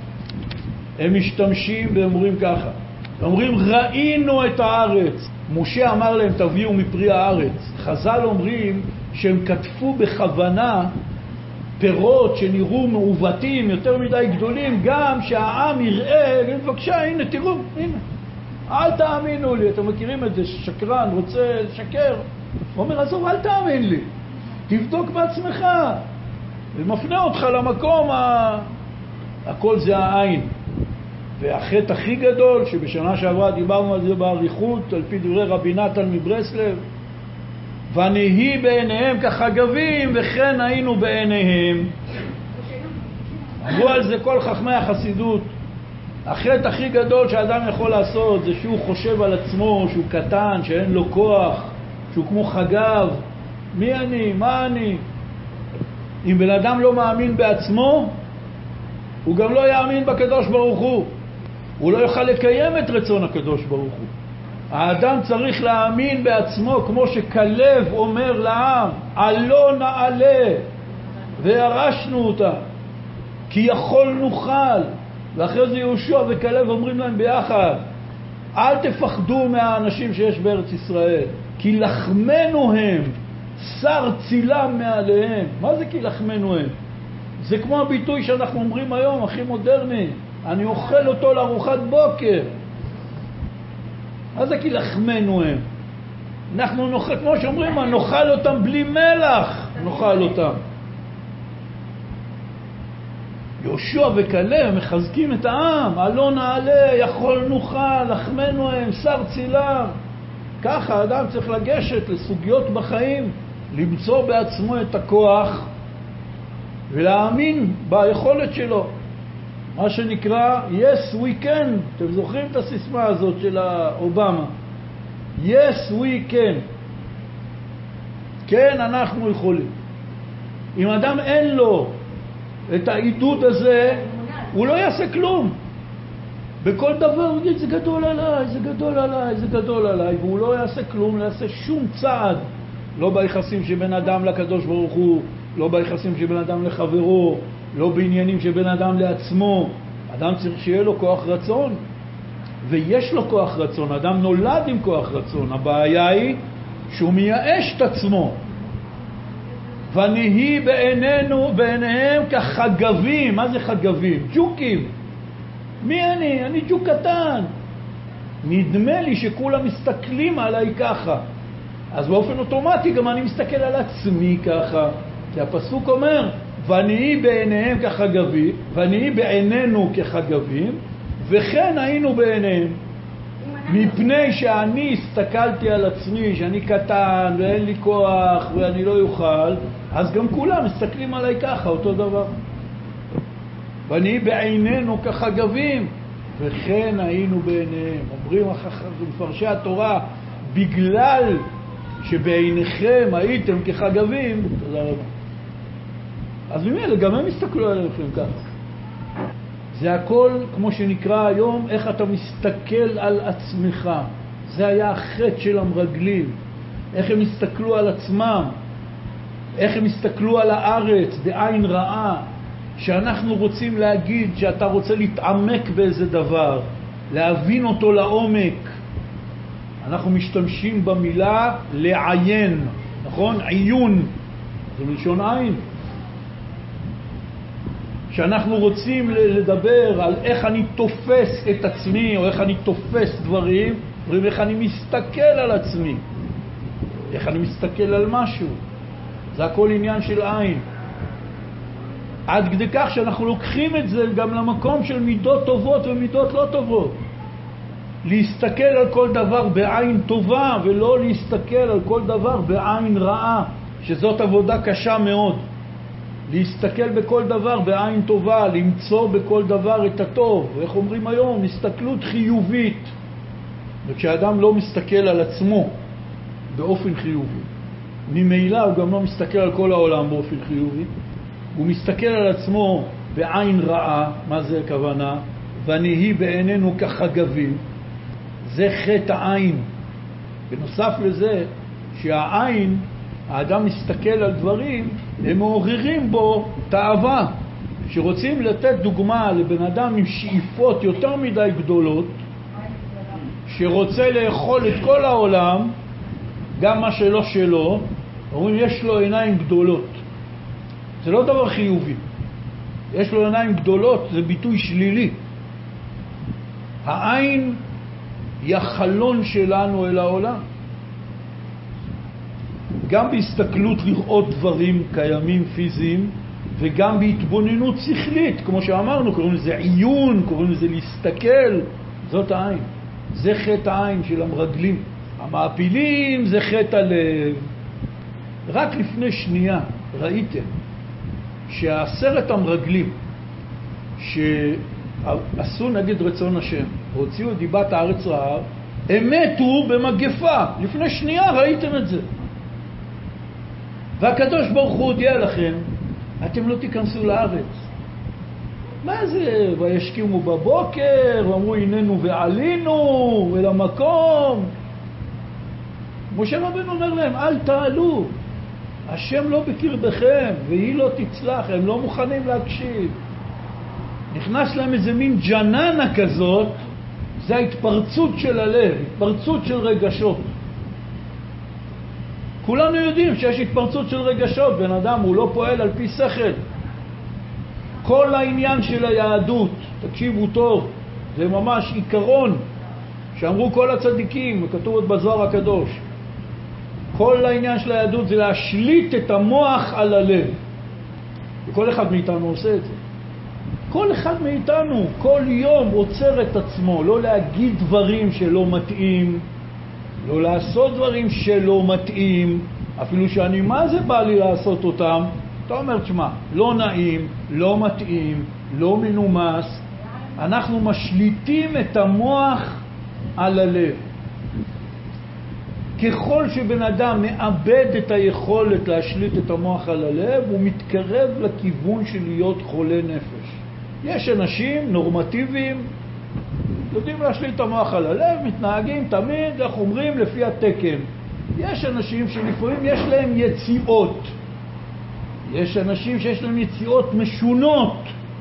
הם משתמשים ואומרים ככה. אומרים ראינו את הארץ. משה אמר להם תביאו מפרי הארץ. חז"ל אומרים שהם כתפו בכוונה פירות שנראו מעוותים יותר מדי גדולים, גם שהעם יראה, בבקשה הנה תראו, הנה. אל תאמינו לי, אתם מכירים את זה, שקרן רוצה לשקר. הוא אומר עזוב אל תאמין לי, תבדוק בעצמך. ומפנה אותך למקום, הכל זה העין. והחטא הכי גדול שבשנה שעברה דיברנו על זה באריכות על פי דברי רבי נתן מברסלב, ונהי בעיניהם כחגבים וכן היינו בעיניהם. אמרו על זה כל חכמי החסידות. החטא הכי גדול שאדם יכול לעשות זה שהוא חושב על עצמו שהוא קטן, שאין לו כוח, שהוא כמו חגב. מי אני? מה אני? אם בן אדם לא מאמין בעצמו, הוא גם לא יאמין בקדוש ברוך הוא. הוא לא יוכל לקיים את רצון הקדוש ברוך הוא. האדם צריך להאמין בעצמו, כמו שכלב אומר לעם, עלו נעלה, וירשנו אותה, כי יכול נוכל. ואחרי זה יהושע וכלב אומרים להם ביחד, אל תפחדו מהאנשים שיש בארץ ישראל, כי לחמנו הם, שר צילם מעליהם. מה זה כי לחמנו הם? זה כמו הביטוי שאנחנו אומרים היום, הכי מודרני, אני אוכל אותו לארוחת בוקר. מה זה כי לחמנו הם? אנחנו נאכל, כמו שאומרים, נאכל אותם בלי מלח, נאכל אותם. יהושע וכלב מחזקים את העם, עלו נעלה, יכול נוכל, לחמנו הם, שר צילם. ככה האדם צריך לגשת לסוגיות בחיים, למצוא בעצמו את הכוח ולהאמין ביכולת שלו. מה שנקרא yes we can. אתם זוכרים את הסיסמה הזאת של אובמה? yes we can. כן, אנחנו יכולים. אם אדם אין לו את העידוד הזה, הוא לא יעשה כלום. בכל דבר הוא יגיד, זה גדול עליי, זה גדול עליי, זה גדול עליי, והוא לא יעשה כלום, לא יעשה שום צעד. לא ביחסים שבין אדם לקדוש ברוך הוא, לא ביחסים שבין אדם לחברו, לא בעניינים שבין אדם לעצמו. אדם צריך שיהיה לו כוח רצון, ויש לו כוח רצון. אדם נולד עם כוח רצון. הבעיה היא שהוא מייאש את עצמו. ונהי בעיניהם כחגבים. מה זה חגבים? ג'וקים. מי אני? אני ג'וק קטן. נדמה לי שכולם מסתכלים עליי ככה. אז באופן אוטומטי גם אני מסתכל על עצמי ככה. כי הפסוק אומר, ונהי בעיניהם כחגבים, ונהי בעינינו כחגבים, וכן היינו בעיניהם. מפני שאני הסתכלתי על עצמי, שאני קטן ואין לי כוח ואני לא יוכל, אז גם כולם מסתכלים עליי ככה, אותו דבר. ונהי בעינינו כחגבים, וכן היינו בעיניהם. אומרים מפרשי התורה, בגלל שבעיניכם הייתם כחגבים, תודה רבה. אז ממילא גם הם הסתכלו עליכם ככה. זה הכל כמו שנקרא היום, איך אתה מסתכל על עצמך. זה היה החטא של המרגלים. איך הם הסתכלו על עצמם, איך הם הסתכלו על הארץ בעין רעה. שאנחנו רוצים להגיד שאתה רוצה להתעמק באיזה דבר, להבין אותו לעומק. אנחנו משתמשים במילה לעיין, נכון? עיון, זה מלשון עין. שאנחנו רוצים לדבר על איך אני תופס את עצמי, או איך אני תופס דברים, אומרים איך אני מסתכל על עצמי, איך אני מסתכל על משהו. זה הכל עניין של עין. עד כדי כך שאנחנו לוקחים את זה גם למקום של מידות טובות ומידות לא טובות. להסתכל על כל דבר בעין טובה, ולא להסתכל על כל דבר בעין רעה, שזאת עבודה קשה מאוד. להסתכל בכל דבר בעין טובה, למצוא בכל דבר את הטוב. איך אומרים היום? הסתכלות חיובית. וכשאדם לא מסתכל על עצמו באופן חיובי, ממילא הוא גם לא מסתכל על כל העולם באופן חיובי. הוא מסתכל על עצמו בעין רעה. מה זה הכוונה? ונהי בעינינו כחגבים. זה חטא העין. בנוסף לזה שהעין, האדם מסתכל על דברים, הם מעוררים בו תאווה. שרוצים לתת דוגמה לבן אדם עם שאיפות יותר מדי גדולות, שרוצה לאכול את כל העולם, גם מה שלא שלו, אומרים יש לו עיניים גדולות. זה לא דבר חיובי. יש לו עיניים גדולות, זה ביטוי שלילי. העין היא החלון שלנו אל העולם. גם בהסתכלות לראות דברים קיימים פיזיים, וגם בהתבוננות שכלית, כמו שאמרנו, קוראים לזה עיון, קוראים לזה להסתכל, זאת העין. זה חטא העין של המרגלים. המעפילים זה חטא הלב. רק לפני שנייה ראיתם שהעשרת המרגלים שעשו נגד רצון השם, והוציאו את דיבת הארץ רעה, הם מתו במגפה. לפני שנייה ראיתם את זה. והקדוש ברוך הוא הודיע לכם, אתם לא תיכנסו לארץ. מה זה? וישכימו בבוקר, ואמרו הננו ועלינו אל המקום. משה רבנו אומר להם, אל תעלו. השם לא בקרבכם, והיא לא תצלח. הם לא מוכנים להקשיב. נכנס להם איזה מין ג'ננה כזאת, זה ההתפרצות של הלב, התפרצות של רגשות. כולנו יודעים שיש התפרצות של רגשות, בן אדם הוא לא פועל על פי שכל. כל העניין של היהדות, תקשיבו טוב, זה ממש עיקרון שאמרו כל הצדיקים, וכתוב בזוהר הקדוש. כל העניין של היהדות זה להשליט את המוח על הלב. וכל אחד מאיתנו עושה את זה. כל אחד מאיתנו כל יום עוצר את עצמו, לא להגיד דברים שלא מתאים, לא לעשות דברים שלא מתאים, אפילו שאני מה זה בא לי לעשות אותם. אתה אומר, תשמע, לא נעים, לא מתאים, לא מנומס. אנחנו משליטים את המוח על הלב. ככל שבן אדם מאבד את היכולת להשליט את המוח על הלב, הוא מתקרב לכיוון של להיות חולה נפש. יש אנשים נורמטיביים, יודעים להשליט את המוח על הלב, מתנהגים תמיד, איך אומרים, לפי התקן. יש אנשים שלפעמים יש להם יציאות. יש אנשים שיש להם יציאות משונות.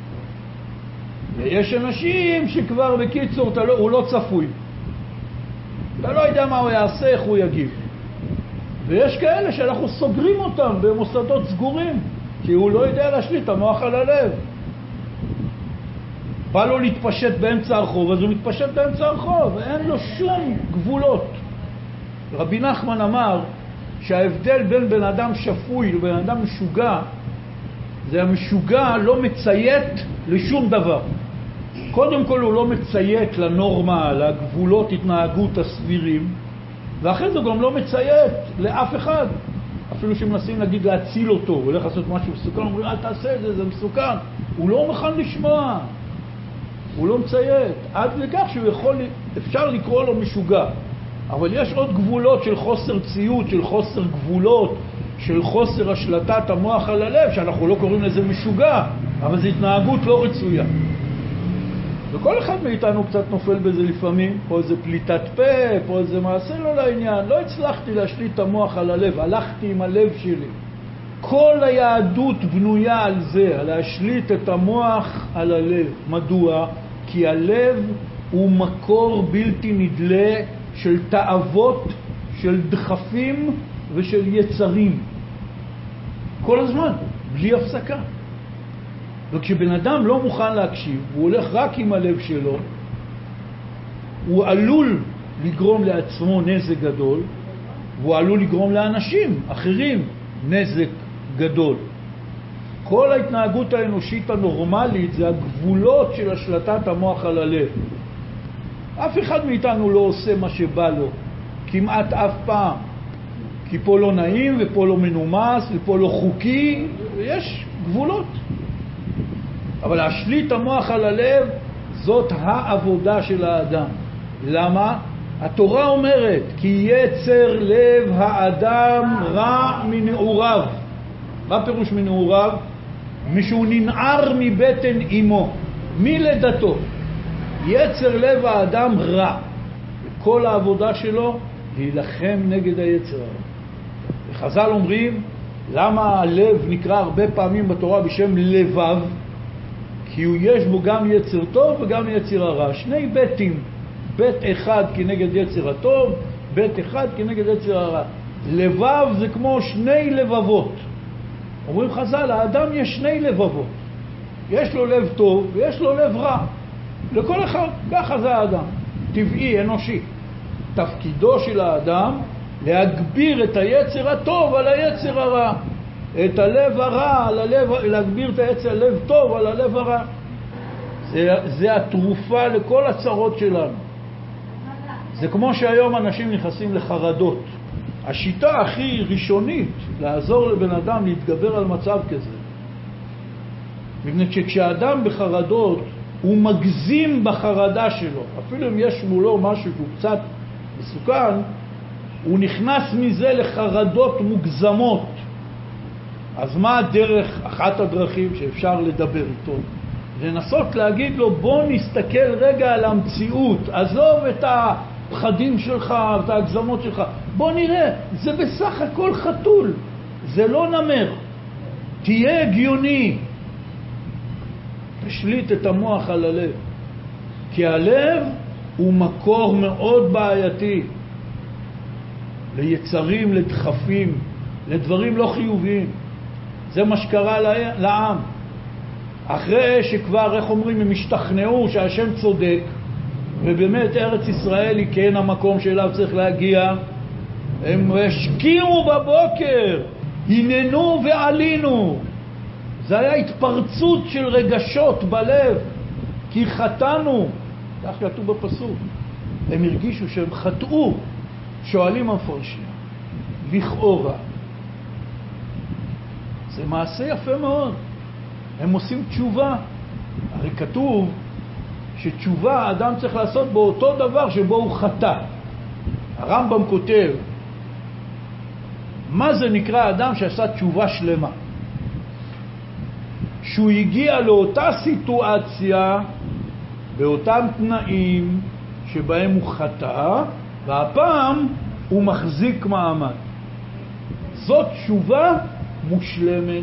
ויש אנשים שכבר בקיצור, הוא לא צפוי. אתה לא יודע מה הוא יעשה, איך הוא יגיב. ויש כאלה שאנחנו סוגרים אותם במוסדות סגורים, כי הוא לא יודע להשליט את המוח על הלב. בא לו להתפשט באמצע הרחוב, אז הוא מתפשט באמצע הרחוב, ואין לו שום גבולות. רבי נחמן אמר שההבדל בין בן אדם שפוי לבן אדם משוגע, זה המשוגע לא מציית לשום דבר. קודם כל הוא לא מציית לנורמה, לגבולות התנהגות הסבירים, ואחרי זה גם לא מציית לאף אחד. אפילו שמנסים להגיד להציל אותו, הוא הולך לעשות משהו מסוכן, אומרים אל תעשה את זה, זה מסוכן. הוא לא מוכן לשמוע, הוא לא מציית. עד לכך שהוא יכול, אפשר לקרוא לו משוגע. אבל יש עוד גבולות של חוסר ציות, של חוסר גבולות, של חוסר השלטת המוח על הלב, שאנחנו לא קוראים לזה משוגע, אבל זו התנהגות לא רצויה. וכל אחד מאיתנו קצת נופל בזה לפעמים, פה איזה פליטת פה, פה איזה מעשה לא לעניין. לא הצלחתי להשליט את המוח על הלב, הלכתי עם הלב שלי. כל היהדות בנויה על זה, על להשליט את המוח על הלב. מדוע? כי הלב הוא מקור בלתי נדלה של תאוות, של דחפים ושל יצרים. כל הזמן, בלי הפסקה. וכשבן אדם לא מוכן להקשיב, הוא הולך רק עם הלב שלו, הוא עלול לגרום לעצמו נזק גדול, והוא עלול לגרום לאנשים אחרים נזק גדול. כל ההתנהגות האנושית הנורמלית זה הגבולות של השלטת המוח על הלב. אף אחד מאיתנו לא עושה מה שבא לו, כמעט אף פעם. כי פה לא נעים ופה לא מנומס ופה לא חוקי, ויש גבולות. אבל להשליט המוח על הלב זאת העבודה של האדם. למה? התורה אומרת כי יצר לב האדם רע מנעוריו. מה פירוש מנעוריו? משהו ננער מבטן אמו, מלידתו. יצר לב האדם רע. וכל העבודה שלו להילחם נגד היצר הרע. וחז"ל אומרים למה הלב נקרא הרבה פעמים בתורה בשם לבב? כי יש בו גם יצר טוב וגם יצר הרע. שני ביתים, בית אחד כנגד יצר הטוב, בית אחד כנגד יצר הרע. לבב זה כמו שני לבבות. אומרים חז"ל, האדם יש שני לבבות. יש לו לב טוב ויש לו לב רע. לכל אחד, ככה זה האדם. טבעי, אנושי. תפקידו של האדם להגביר את היצר הטוב על היצר הרע. את הלב הרע על הלב, להגביר את היצר הלב טוב על הלב הרע. זה התרופה לכל הצרות שלנו. זה כמו שהיום אנשים נכנסים לחרדות. השיטה הכי ראשונית לעזור לבן אדם להתגבר על מצב כזה, מפני שכשאדם בחרדות הוא מגזים בחרדה שלו, אפילו אם יש מולו משהו שהוא קצת מסוכן, הוא נכנס מזה לחרדות מוגזמות. אז מה הדרך, אחת הדרכים שאפשר לדבר איתו? לנסות להגיד לו בוא נסתכל רגע על המציאות, עזוב את הפחדים שלך ואת ההגזמות שלך, בוא נראה, זה בסך הכל חתול, זה לא נמר, תהיה הגיוני, תשליט את המוח על הלב, כי הלב הוא מקור מאוד בעייתי ליצרים, לדחפים, לדברים לא חיוביים. זה מה שקרה לעם. אחרי שכבר, איך אומרים, הם השתכנעו שהשם צודק, ובאמת ארץ ישראל היא כן המקום שאליו צריך להגיע, הם השקיעו בבוקר, הננו ועלינו. זה היה התפרצות של רגשות בלב, כי חטאנו, כך כתוב בפסוק. הם הרגישו שהם חטאו, שואלים המפרשים, לכאורה. זה מעשה יפה מאוד. הם עושים תשובה. הרי כתוב שתשובה האדם צריך לעשות באותו דבר שבו הוא חטא. הרמב"ם כותב, מה זה נקרא אדם שעשה תשובה שלמה? שהוא הגיע לאותה סיטואציה, באותם תנאים שבהם הוא חטא, והפעם הוא מחזיק מעמד. זאת תשובה מושלמת.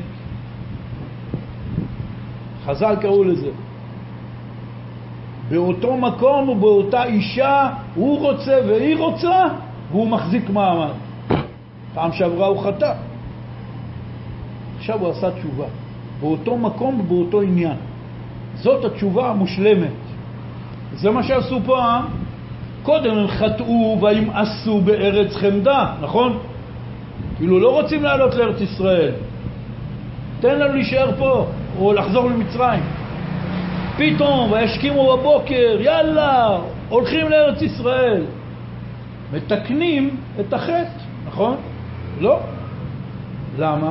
חז"ל קראו לזה. באותו מקום ובאותה אישה הוא רוצה והיא רוצה, והוא מחזיק מעמד. פעם שעברה הוא חטא. עכשיו הוא עשה תשובה. באותו מקום ובאותו עניין. זאת התשובה המושלמת. זה מה שעשו פה. קודם הם חטאו וימאסו בארץ חמדה, נכון? כאילו לא רוצים לעלות לארץ ישראל. תן לנו להישאר פה, או לחזור למצרים. פתאום, וישכימו בבוקר, יאללה, הולכים לארץ ישראל. מתקנים את החטא, נכון? לא. למה?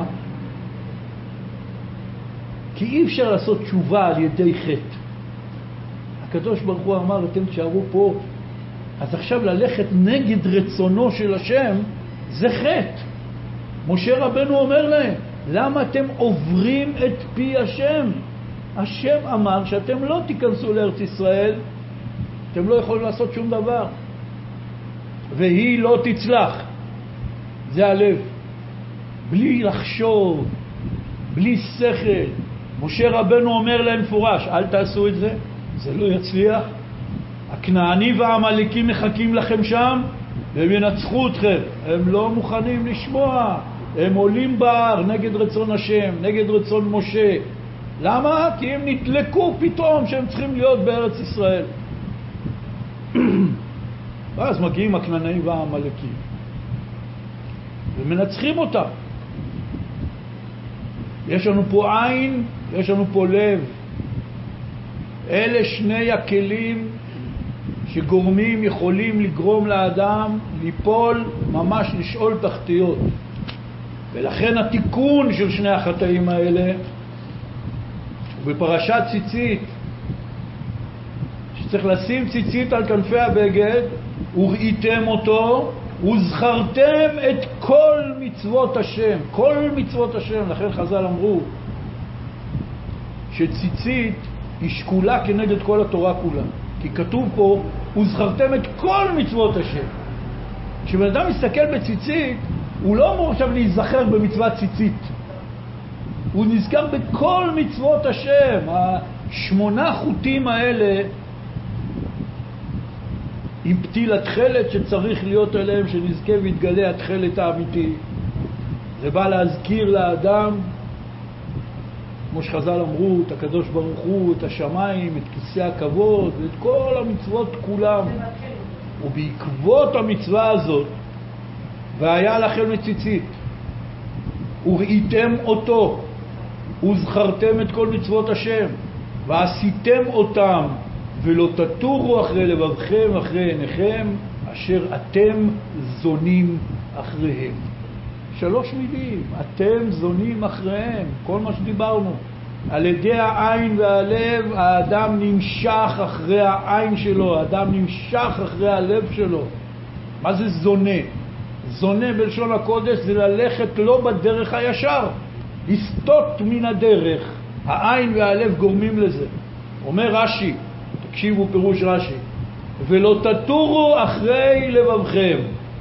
כי אי אפשר לעשות תשובה על ידי חטא. הקדוש ברוך הוא אמר, אתם תשארו פה. אז עכשיו ללכת נגד רצונו של השם, זה חטא. משה רבנו אומר להם, למה אתם עוברים את פי השם? השם אמר שאתם לא תיכנסו לארץ ישראל, אתם לא יכולים לעשות שום דבר. והיא לא תצלח. זה הלב. בלי לחשוב, בלי שכל. משה רבנו אומר להם מפורש, אל תעשו את זה, זה לא יצליח. הכנעני והעמלקי מחכים לכם שם, והם ינצחו אתכם. הם לא מוכנים לשמוע. הם עולים בהר נגד רצון השם, נגד רצון משה. למה? כי הם נתלקו פתאום שהם צריכים להיות בארץ ישראל. ואז מגיעים הכנענים והעמלקים ומנצחים אותם. יש לנו פה עין, יש לנו פה לב. אלה שני הכלים שגורמים, יכולים לגרום לאדם ליפול, ממש לשאול תחתיות. ולכן התיקון של שני החטאים האלה בפרשת ציצית, שצריך לשים ציצית על כנפי הבגד, וראיתם אותו וזכרתם את כל מצוות השם. כל מצוות השם. לכן חז"ל אמרו שציצית היא שקולה כנגד כל התורה כולה, כי כתוב פה וזכרתם את כל מצוות השם. כשבן אדם מסתכל בציצית, הוא לא אמור עכשיו להיזכר במצוות ציצית, הוא נזכר בכל מצוות השם. 8 חוטים האלה עם פתיל התחלת שצריך להיות עליהם, שנזכה ויתגלה התחלת האמיתי. זה בא להזכיר לאדם, כמו שחז"ל אמרו, את הקדוש ברוך הוא, את השמיים, את כיסא הכבוד, ואת כל המצוות כולם. ובעקבות המצווה הזאת, והיה לכם לציצית, וראיתם אותו, וזכרתם את כל מצוות השם, ועשיתם אותם, ולא תטורו אחרי לבבכם, אחרי עיניכם, אשר אתם זונים אחריהם. 3 מילים, אתם זונים אחריהם, כל מה שדיברנו. על ידי העין והלב, האדם נמשך אחרי העין שלו, האדם נמשך אחרי הלב שלו. מה זה זונה? זונה בלשון הקודש זה ללכת לא בדרך הישר, לסטות מן הדרך. העין והלב גורמים לזה. אומר רש"י, תקשיבו פירוש רש"י, ולא תטורו אחרי לבבכם.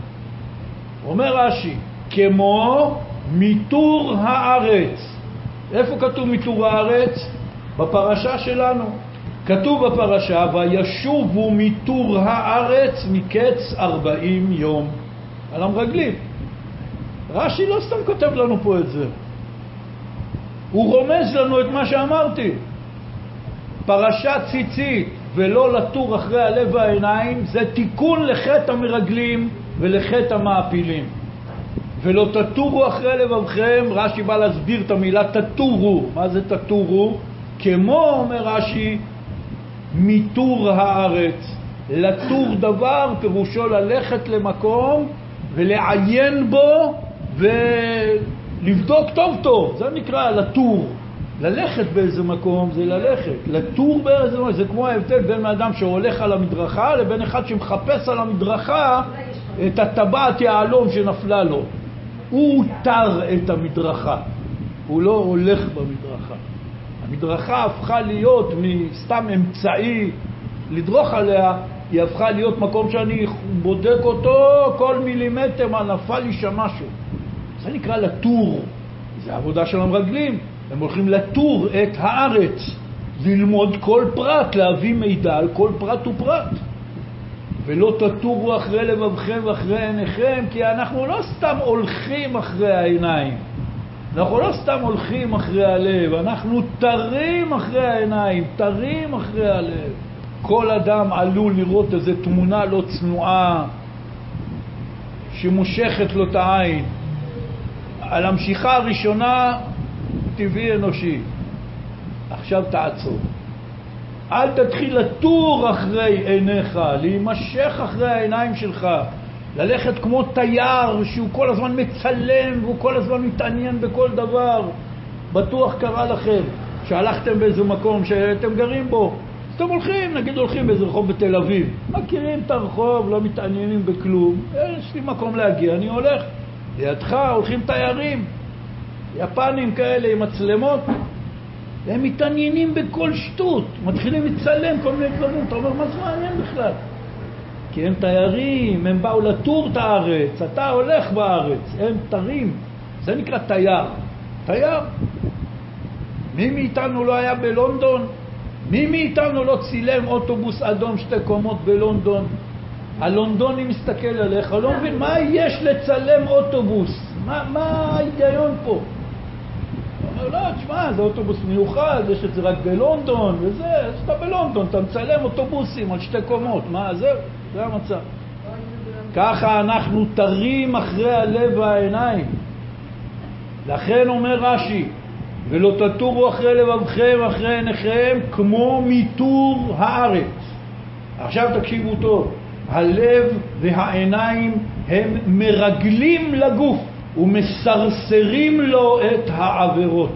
אומר רש"י, כמו מיתור הארץ. איפה כתוב מיתור הארץ? בפרשה שלנו. כתוב בפרשה, וישובו מיתור הארץ מקץ 40 יום. על המרגלים. רש"י לא סתם כותב לנו פה את זה. הוא רומז לנו את מה שאמרתי. פרשת ציצית ולא לטור אחרי הלב והעיניים, זה תיקון לחטא המרגלים ולחטא המעפילים. ולא תטורו אחרי לבבכם, רש"י בא להסביר את המילה תטורו. מה זה תטורו? כמו, אומר רש"י, מיתור הארץ. לטור דבר פירושו ללכת למקום ולעיין בו ולבדוק טוב טוב. זה נקרא לטור. ללכת באיזה מקום זה ללכת. לטור באיזה מקום זה כמו ההבדל בין אדם שהולך על המדרכה לבין אחד שמחפש על המדרכה את הטבעת יעלום שנפלה לו. הוא תר את המדרכה, הוא לא הולך במדרכה. המדרכה הפכה להיות מסתם אמצעי לדרוך עליה, היא הפכה להיות מקום שאני בודק אותו כל מילימטר, מה נפל לי שם משהו. זה נקרא לטור. זה עבודה של המרגלים. הם הולכים לטור את הארץ, ללמוד כל פרט, להביא מידע על כל פרט ופרט. ולא תטורו אחרי לבבכם ואחרי עיניכם, כי אנחנו לא סתם הולכים אחרי העיניים. אנחנו לא סתם הולכים אחרי הלב, אנחנו תרים אחרי העיניים, תרים אחרי הלב. כל אדם עלול לראות איזו תמונה לא צנועה שמושכת לו את העין. על המשיכה הראשונה טבעי אנושי. עכשיו תעצור. אל תתחיל לטור אחרי עיניך, להימשך אחרי העיניים שלך, ללכת כמו תייר שהוא כל הזמן מצלם והוא כל הזמן מתעניין בכל דבר. בטוח קרה לכם שהלכתם באיזה מקום שאתם גרים בו, אתם הולכים, נגיד הולכים באיזה רחוב בתל אביב, מכירים את הרחוב, לא מתעניינים בכלום, יש לי מקום להגיע, אני הולך, לידך הולכים תיירים, יפנים כאלה עם מצלמות, והם מתעניינים בכל שטות, מתחילים לצלם כל מיני דברים, אתה אומר, מה זה מעניין בכלל? כי הם תיירים, הם באו לטור את הארץ, אתה הולך בארץ, הם תרים, זה נקרא תייר. תייר. מי מאיתנו לא היה בלונדון? מי מאיתנו לא צילם אוטובוס אדום 2 קומות בלונדון? הלונדוני מסתכל עליך, לא מבין מה יש לצלם אוטובוס, מה ההיגיון פה? הוא אומר, לא, תשמע, זה אוטובוס מיוחד, יש את זה רק בלונדון וזה, אז אתה בלונדון, אתה מצלם אוטובוסים על 2 קומות, מה, זהו, זה המצב. ככה אנחנו תרים אחרי הלב והעיניים. לכן אומר רש"י, ולא תטורו אחרי לבבכם, אחרי עיניכם, כמו מיתור הארץ. עכשיו תקשיבו טוב, הלב והעיניים הם מרגלים לגוף ומסרסרים לו את העבירות.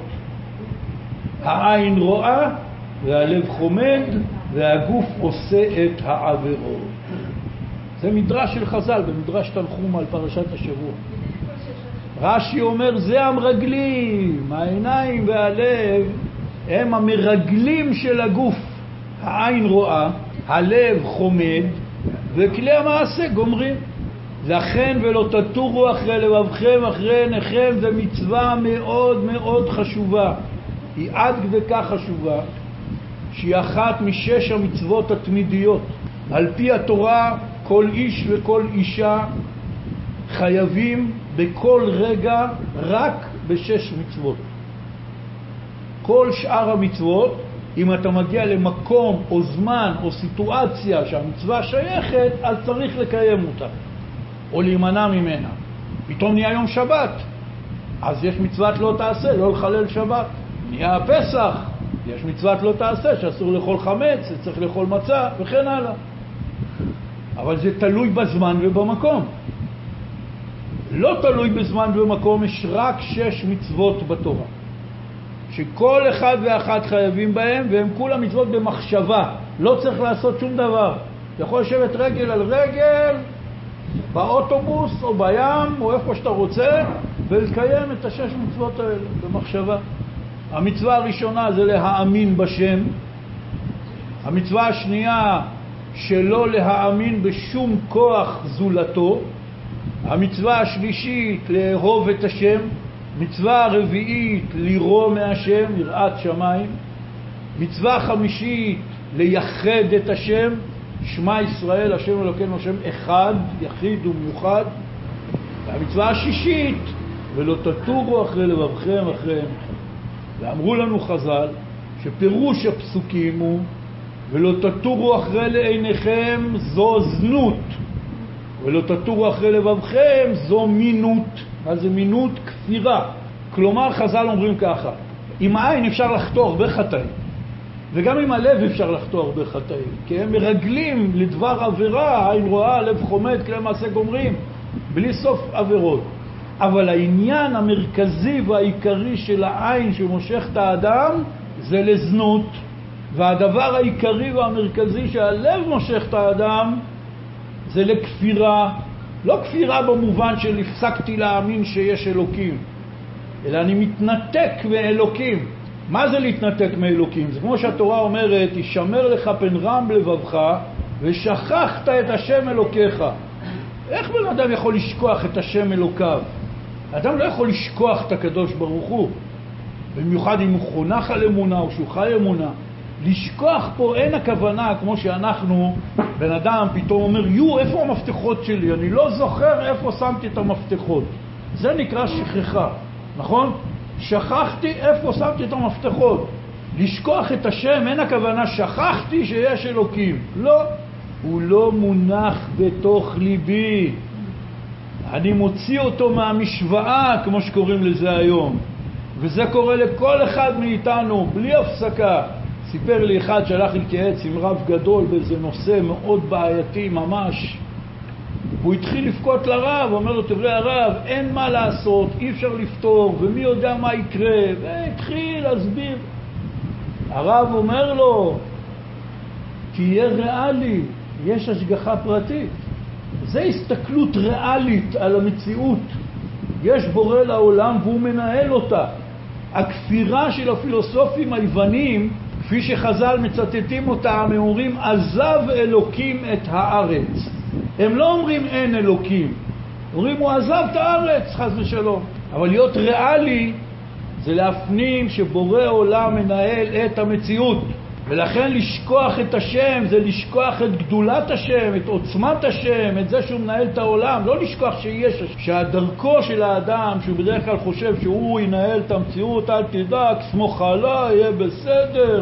העין רואה והלב חומד והגוף עושה את העבירות. זה מדרש של חז"ל, במדרש תנחום על פרשת השבוע. רש"י אומר, זה המרגלים, העיניים והלב הם המרגלים של הגוף. העין רואה, הלב חומד, וכלי המעשה גומרים. לכן ולא תטורו אחרי לבבכם, אחרי עיניכם, זה מצווה מאוד מאוד חשובה. היא עד כדי כך חשובה, שהיא אחת מ6 המצוות התמידיות. על פי התורה, כל איש וכל אישה חייבים בכל רגע רק ב6 מצוות. כל שאר המצוות, אם אתה מגיע למקום או זמן או סיטואציה שהמצווה שייכת, אז צריך לקיים אותה או להימנע ממנה. פתאום נהיה יום שבת, אז יש מצוות לא תעשה, לא לחלל שבת. נהיה הפסח, יש מצוות לא תעשה, שאסור לאכול חמץ, צריך לאכול מצה וכן הלאה. אבל זה תלוי בזמן ובמקום. לא תלוי בזמן ובמקום, יש רק 6 מצוות בתורה, שכל אחד ואחת חייבים בהם, והם כולם מצוות במחשבה. לא צריך לעשות שום דבר. אתה יכול לשבת רגל על רגל, באוטובוס או בים או איפה שאתה רוצה, ולקיים את 6 מצוות האלה במחשבה. המצווה הראשונה זה להאמין בשם. המצווה השנייה שלא להאמין בשום כוח זולתו. המצווה השלישית לאהוב את השם. מצווה הרביעית לירוא מהשם, יראת שמיים. מצווה חמישית לייחד את השם, שמע ישראל השם אלוקינו השם אחד, יחיד ומיוחד. והמצווה השישית, ולא תטורו אחרי לבבכם אחרי עיניכם. ואמרו לנו חז"ל שפירוש הפסוקים הוא ולא תטורו אחרי לעיניכם זו זנות, ולא תטורו אחרי לבבכם זו מינות. מה זה מינות? כפירה. כלומר חז"ל אומרים ככה, עם העין אפשר לחטוא הרבה חטאים, וגם עם הלב אפשר לחטוא הרבה חטאים, כי הם מרגלים לדבר עבירה, העין רואה, הלב חומד, כלי מעשה גומרים, בלי סוף עבירות. אבל העניין המרכזי והעיקרי של העין שמושך את האדם זה לזנות, והדבר העיקרי והמרכזי שהלב מושך את האדם זה לכפירה. לא כפירה במובן של הפסקתי להאמין שיש אלוקים, אלא אני מתנתק מאלוקים. מה זה להתנתק מאלוקים? זה כמו שהתורה אומרת, ישמר לך פן רם לבבך ושכחת את השם אלוקיך. איך בן אדם יכול לשכוח את השם אלוקיו? האדם לא יכול לשכוח את הקדוש ברוך הוא, במיוחד אם הוא חונך על אמונה או שהוא חי אמונה. לשכוח פה אין הכוונה כמו שאנחנו, בן אדם פתאום אומר, איפה המפתחות שלי? אני לא זוכר איפה שמתי את המפתחות. זה נקרא שכחה, נכון? שכחתי איפה שמתי את המפתחות. לשכוח את השם, אין הכוונה שכחתי שיש אלוקים. לא, הוא לא מונח בתוך ליבי. אני מוציא אותו מהמשוואה, כמו שקוראים לזה היום. וזה קורה לכל אחד מאיתנו, בלי הפסקה. סיפר לי אחד שהלך להתייעץ עם רב גדול באיזה נושא מאוד בעייתי ממש. הוא התחיל לבכות לרב, אומר לו, תראה הרב, אין מה לעשות, אי אפשר לפתור, ומי יודע מה יקרה, והתחיל להסביר. הרב אומר לו, תהיה ריאלי, יש השגחה פרטית. זה הסתכלות ריאלית על המציאות. יש בורא לעולם והוא מנהל אותה. הכפירה של הפילוסופים היוונים, כפי שחז"ל מצטטים אותה, הם אומרים, עזב אלוקים את הארץ. הם לא אומרים אין אלוקים, אומרים הוא עזב את הארץ, חס ושלום. אבל להיות ריאלי זה להפנים שבורא עולם מנהל את המציאות, ולכן לשכוח את השם זה לשכוח את גדולת השם, את עוצמת השם, את זה שהוא מנהל את העולם. לא לשכוח שיש, שהדרכו של האדם שהוא בדרך כלל חושב שהוא ינהל את המציאות, אל תדאג, סמוך עליי, יהיה בסדר,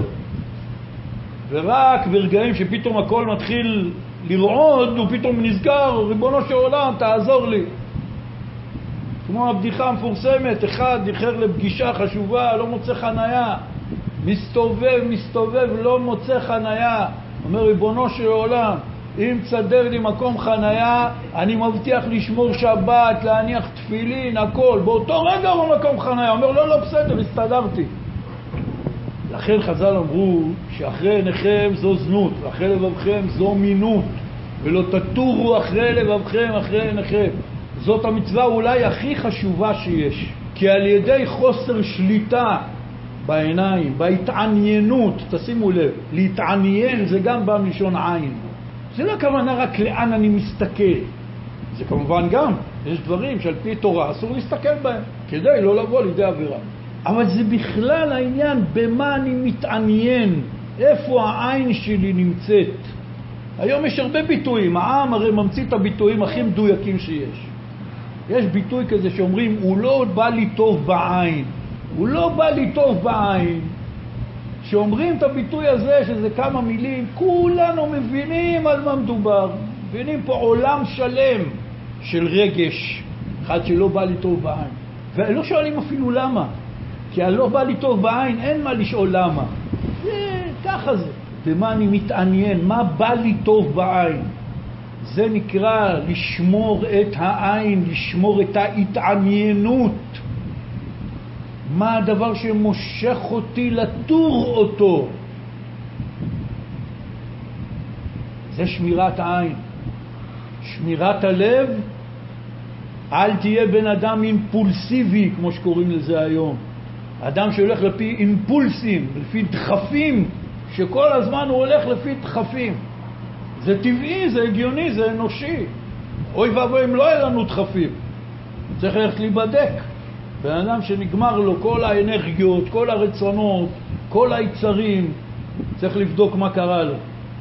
ורק ברגעים שפתאום הכל מתחיל לרעוד הוא פתאום נזכר, ריבונו של עולם תעזור לי. כמו הבדיחה המפורסמת, אחד איחר לפגישה חשובה, לא מוצא חנייה, מסתובב לא מוצא חנייה, אומר ריבונו של עולם, אם תסדר לי מקום חנייה אני מבטיח לשמור שבת, להניח תפילין, הכל. באותו רגע הוא מקום חנייה, אומר לא בסדר, הסתדרתי. לכן חז"ל אמרו שאחרי עיניכם זו זנות, ואחרי לבבכם זו מינות, ולא תטורו אחרי לבבכם, אחרי עיניכם. זאת המצווה אולי הכי חשובה שיש, כי על ידי חוסר שליטה בעיניים, בהתעניינות, תשימו לב, להתעניין זה גם בא מלשון עין. זה לא הכוונה רק לאן אני מסתכל, זה כמובן גם, יש דברים שעל פי תורה אסור להסתכל בהם, כדי לא לבוא לידי עבירה. אבל זה בכלל העניין במה אני מתעניין, איפה העין שלי נמצאת. היום יש הרבה ביטויים, העם הרי ממציא את הביטויים הכי מדויקים שיש. יש ביטוי כזה שאומרים, הוא לא בא לי טוב בעין. הוא לא בא לי טוב בעין. שאומרים את הביטוי הזה, שזה כמה מילים, כולנו מבינים על מה מדובר. מבינים פה עולם שלם של רגש, אחד שלא בא לי טוב בעין. ולא שואלים אפילו למה. כי הלא בא לי טוב בעין, אין מה לשאול למה. זה, ככה זה. במה אני מתעניין, מה בא לי טוב בעין. זה נקרא לשמור את העין, לשמור את ההתעניינות. מה הדבר שמושך אותי לתור אותו? זה שמירת העין. שמירת הלב, אל תהיה בן אדם אימפולסיבי, כמו שקוראים לזה היום. אדם שהולך לפי אימפולסים, לפי דחפים, שכל הזמן הוא הולך לפי דחפים. זה טבעי, זה הגיוני, זה אנושי. אוי ואבוי אם לא היה לנו דחפים. צריך ללכת להיבדק. בן אדם שנגמר לו כל האנרגיות, כל הרצונות, כל היצרים, צריך לבדוק מה קרה לו.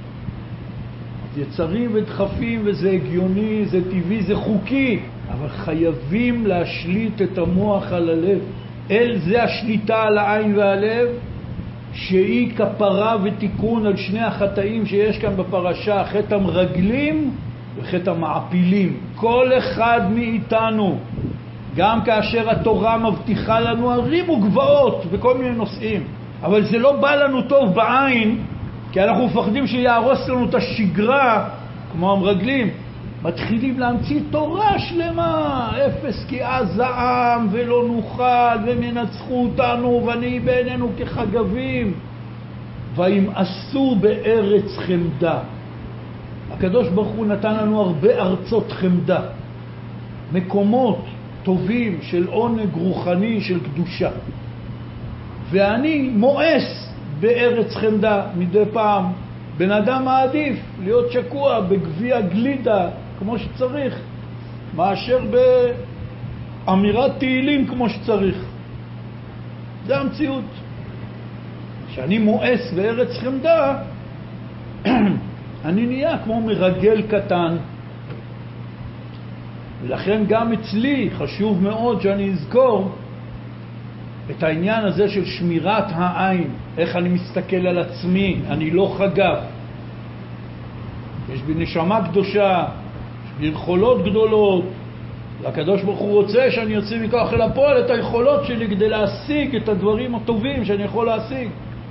יצרים ודחפים, וזה הגיוני, זה טבעי, זה חוקי, אבל חייבים להשליט את המוח על הלב. אל זה השליטה על העין והלב, שהיא כפרה ותיקון על שני החטאים שיש כאן בפרשה, חטא המרגלים וחטא המעפילים. כל אחד מאיתנו, גם כאשר התורה מבטיחה לנו הרים וגבעות וכל מיני נושאים, אבל זה לא בא לנו טוב בעין, כי אנחנו מפחדים שיהרוס לנו את השגרה, כמו המרגלים. מתחילים להמציא תורה שלמה, אפס כי זעם ולא נוכל ומנצחו אותנו ואני בעינינו כחגבים, וימאסו בארץ חמדה. הקדוש ברוך הוא נתן לנו הרבה ארצות חמדה, מקומות טובים של עונג רוחני, של קדושה, ואני מואס בארץ חמדה. מדי פעם בן אדם מעדיף להיות שקוע בגביע גלידה כמו שצריך, מאשר באמירת תהילים כמו שצריך. זה המציאות. כשאני מואס בארץ חמדה, אני נהיה כמו מרגל קטן. ולכן גם אצלי חשוב מאוד שאני אזכור את העניין הזה של שמירת העין, איך אני מסתכל על עצמי, אני לא חגב. יש בי נשמה קדושה, יש בי יכולות גדולות, והקדוש ברוך הוא רוצה שאני יוצא מכוח אל הפועל את היכולות שלי כדי להשיג את הדברים הטובים שאני יכול להשיג.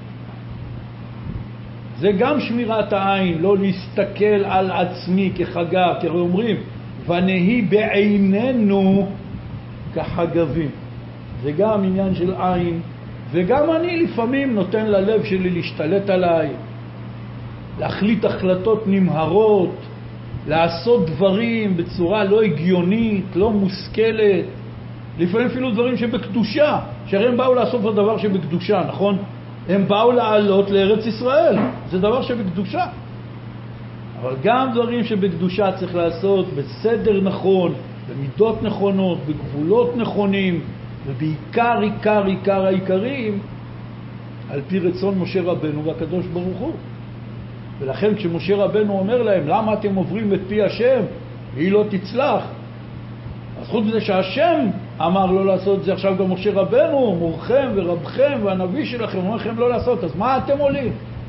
זה גם שמירת העין, לא להסתכל על עצמי כחגב, כי הרי אומרים, ונהי בעינינו כחגבים. זה גם עניין של עין, וגם אני לפעמים נותן ללב שלי להשתלט עליי, להחליט החלטות נמהרות, לעשות דברים בצורה לא הגיונית, לא מושכלת, לפעמים אפילו דברים שבקדושה, שהרי הם באו לעשות את הדבר שבקדושה, נכון? הם באו לעלות לארץ ישראל, זה דבר שבקדושה. אבל גם דברים שבקדושה צריך לעשות בסדר נכון, במידות נכונות, בגבולות נכונים, ובעיקר עיקר העיקרים, על פי רצון משה רבנו והקדוש ברוך הוא. ולכן כשמשה רבנו אומר להם, למה אתם עוברים את פי השם? היא לא תצלח. אז חוץ מזה שהשם אמר לא לעשות את זה, עכשיו גם משה רבנו, מורכם ורבכם והנביא שלכם, אומר לכם לא לעשות, אז מה אתם עולים?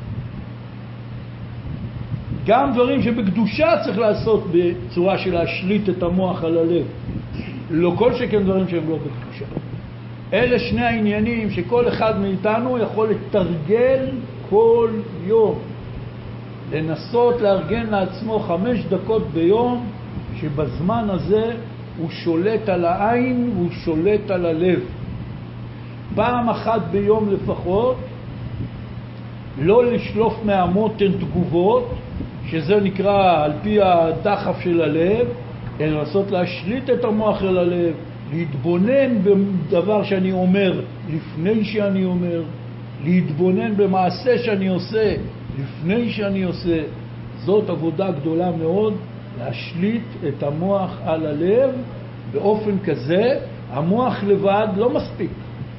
גם דברים שבקדושה צריך לעשות בצורה של להשליט את המוח על הלב. לא כל שכן דברים שהם לא בקדושה. אלה שני העניינים שכל אחד מאיתנו יכול לתרגל כל יום. לנסות לארגן לעצמו 5 דקות ביום, שבזמן הזה הוא שולט על העין, הוא שולט על הלב. פעם אחת ביום לפחות, לא לשלוף מהמותן תגובות, שזה נקרא על פי הדחף של הלב, אלא לנסות להשליט את המוח אל הלב, להתבונן בדבר שאני אומר לפני שאני אומר, להתבונן במעשה שאני עושה לפני שאני עושה. זאת עבודה גדולה מאוד, להשליט את המוח על הלב באופן כזה. המוח לבד לא מספיק,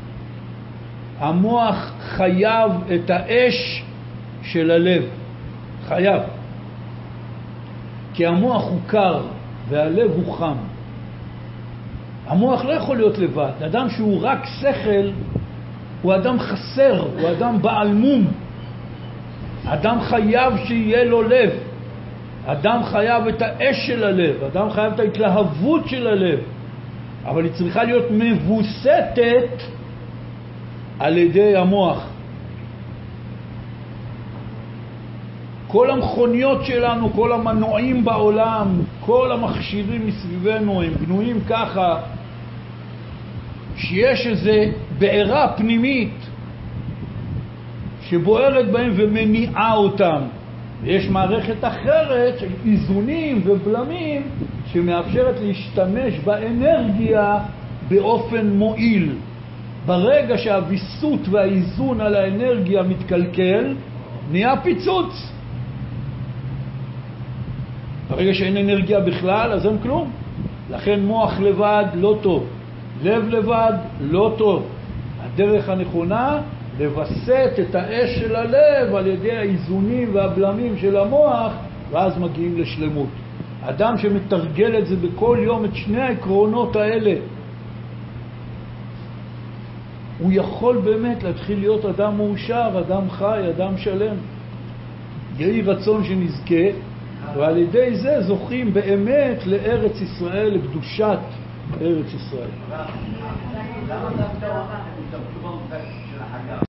המוח חייב את האש של הלב, חייב, כי המוח הוא קר והלב הוא חם. המוח לא יכול להיות לבד. אדם שהוא רק שכל הוא אדם חסר, הוא אדם בעל מום. אדם חייב שיהיה לו לב, אדם חייב את האש של הלב, אדם חייב את ההתלהבות של הלב, אבל היא צריכה להיות מבוסתת על ידי המוח. כל המכוניות שלנו, כל המנועים בעולם, כל המכשירים מסביבנו הם בנויים ככה שיש איזה בעירה פנימית שבוערת בהם ומניעה אותם. ויש מערכת אחרת של איזונים ובלמים שמאפשרת להשתמש באנרגיה באופן מועיל. ברגע שהוויסות והאיזון על האנרגיה מתקלקל, נהיה פיצוץ. ברגע שאין אנרגיה בכלל, אז אין כלום. לכן מוח לבד לא טוב, לב לבד לא טוב. הדרך הנכונה לבסט את האש של הלב על ידי האיזונים והבלמים של המוח, ואז מגיעים לשלמות. אדם שמתרגל את זה בכל יום, את שני העקרונות האלה, הוא יכול באמת להתחיל להיות אדם מאושר, אדם חי, אדם שלם. יהי רצון שנזכה, ועל ידי זה זוכים באמת לארץ ישראל, לקדושת ארץ ישראל. למה דווקא השתמשו במושג של החגב?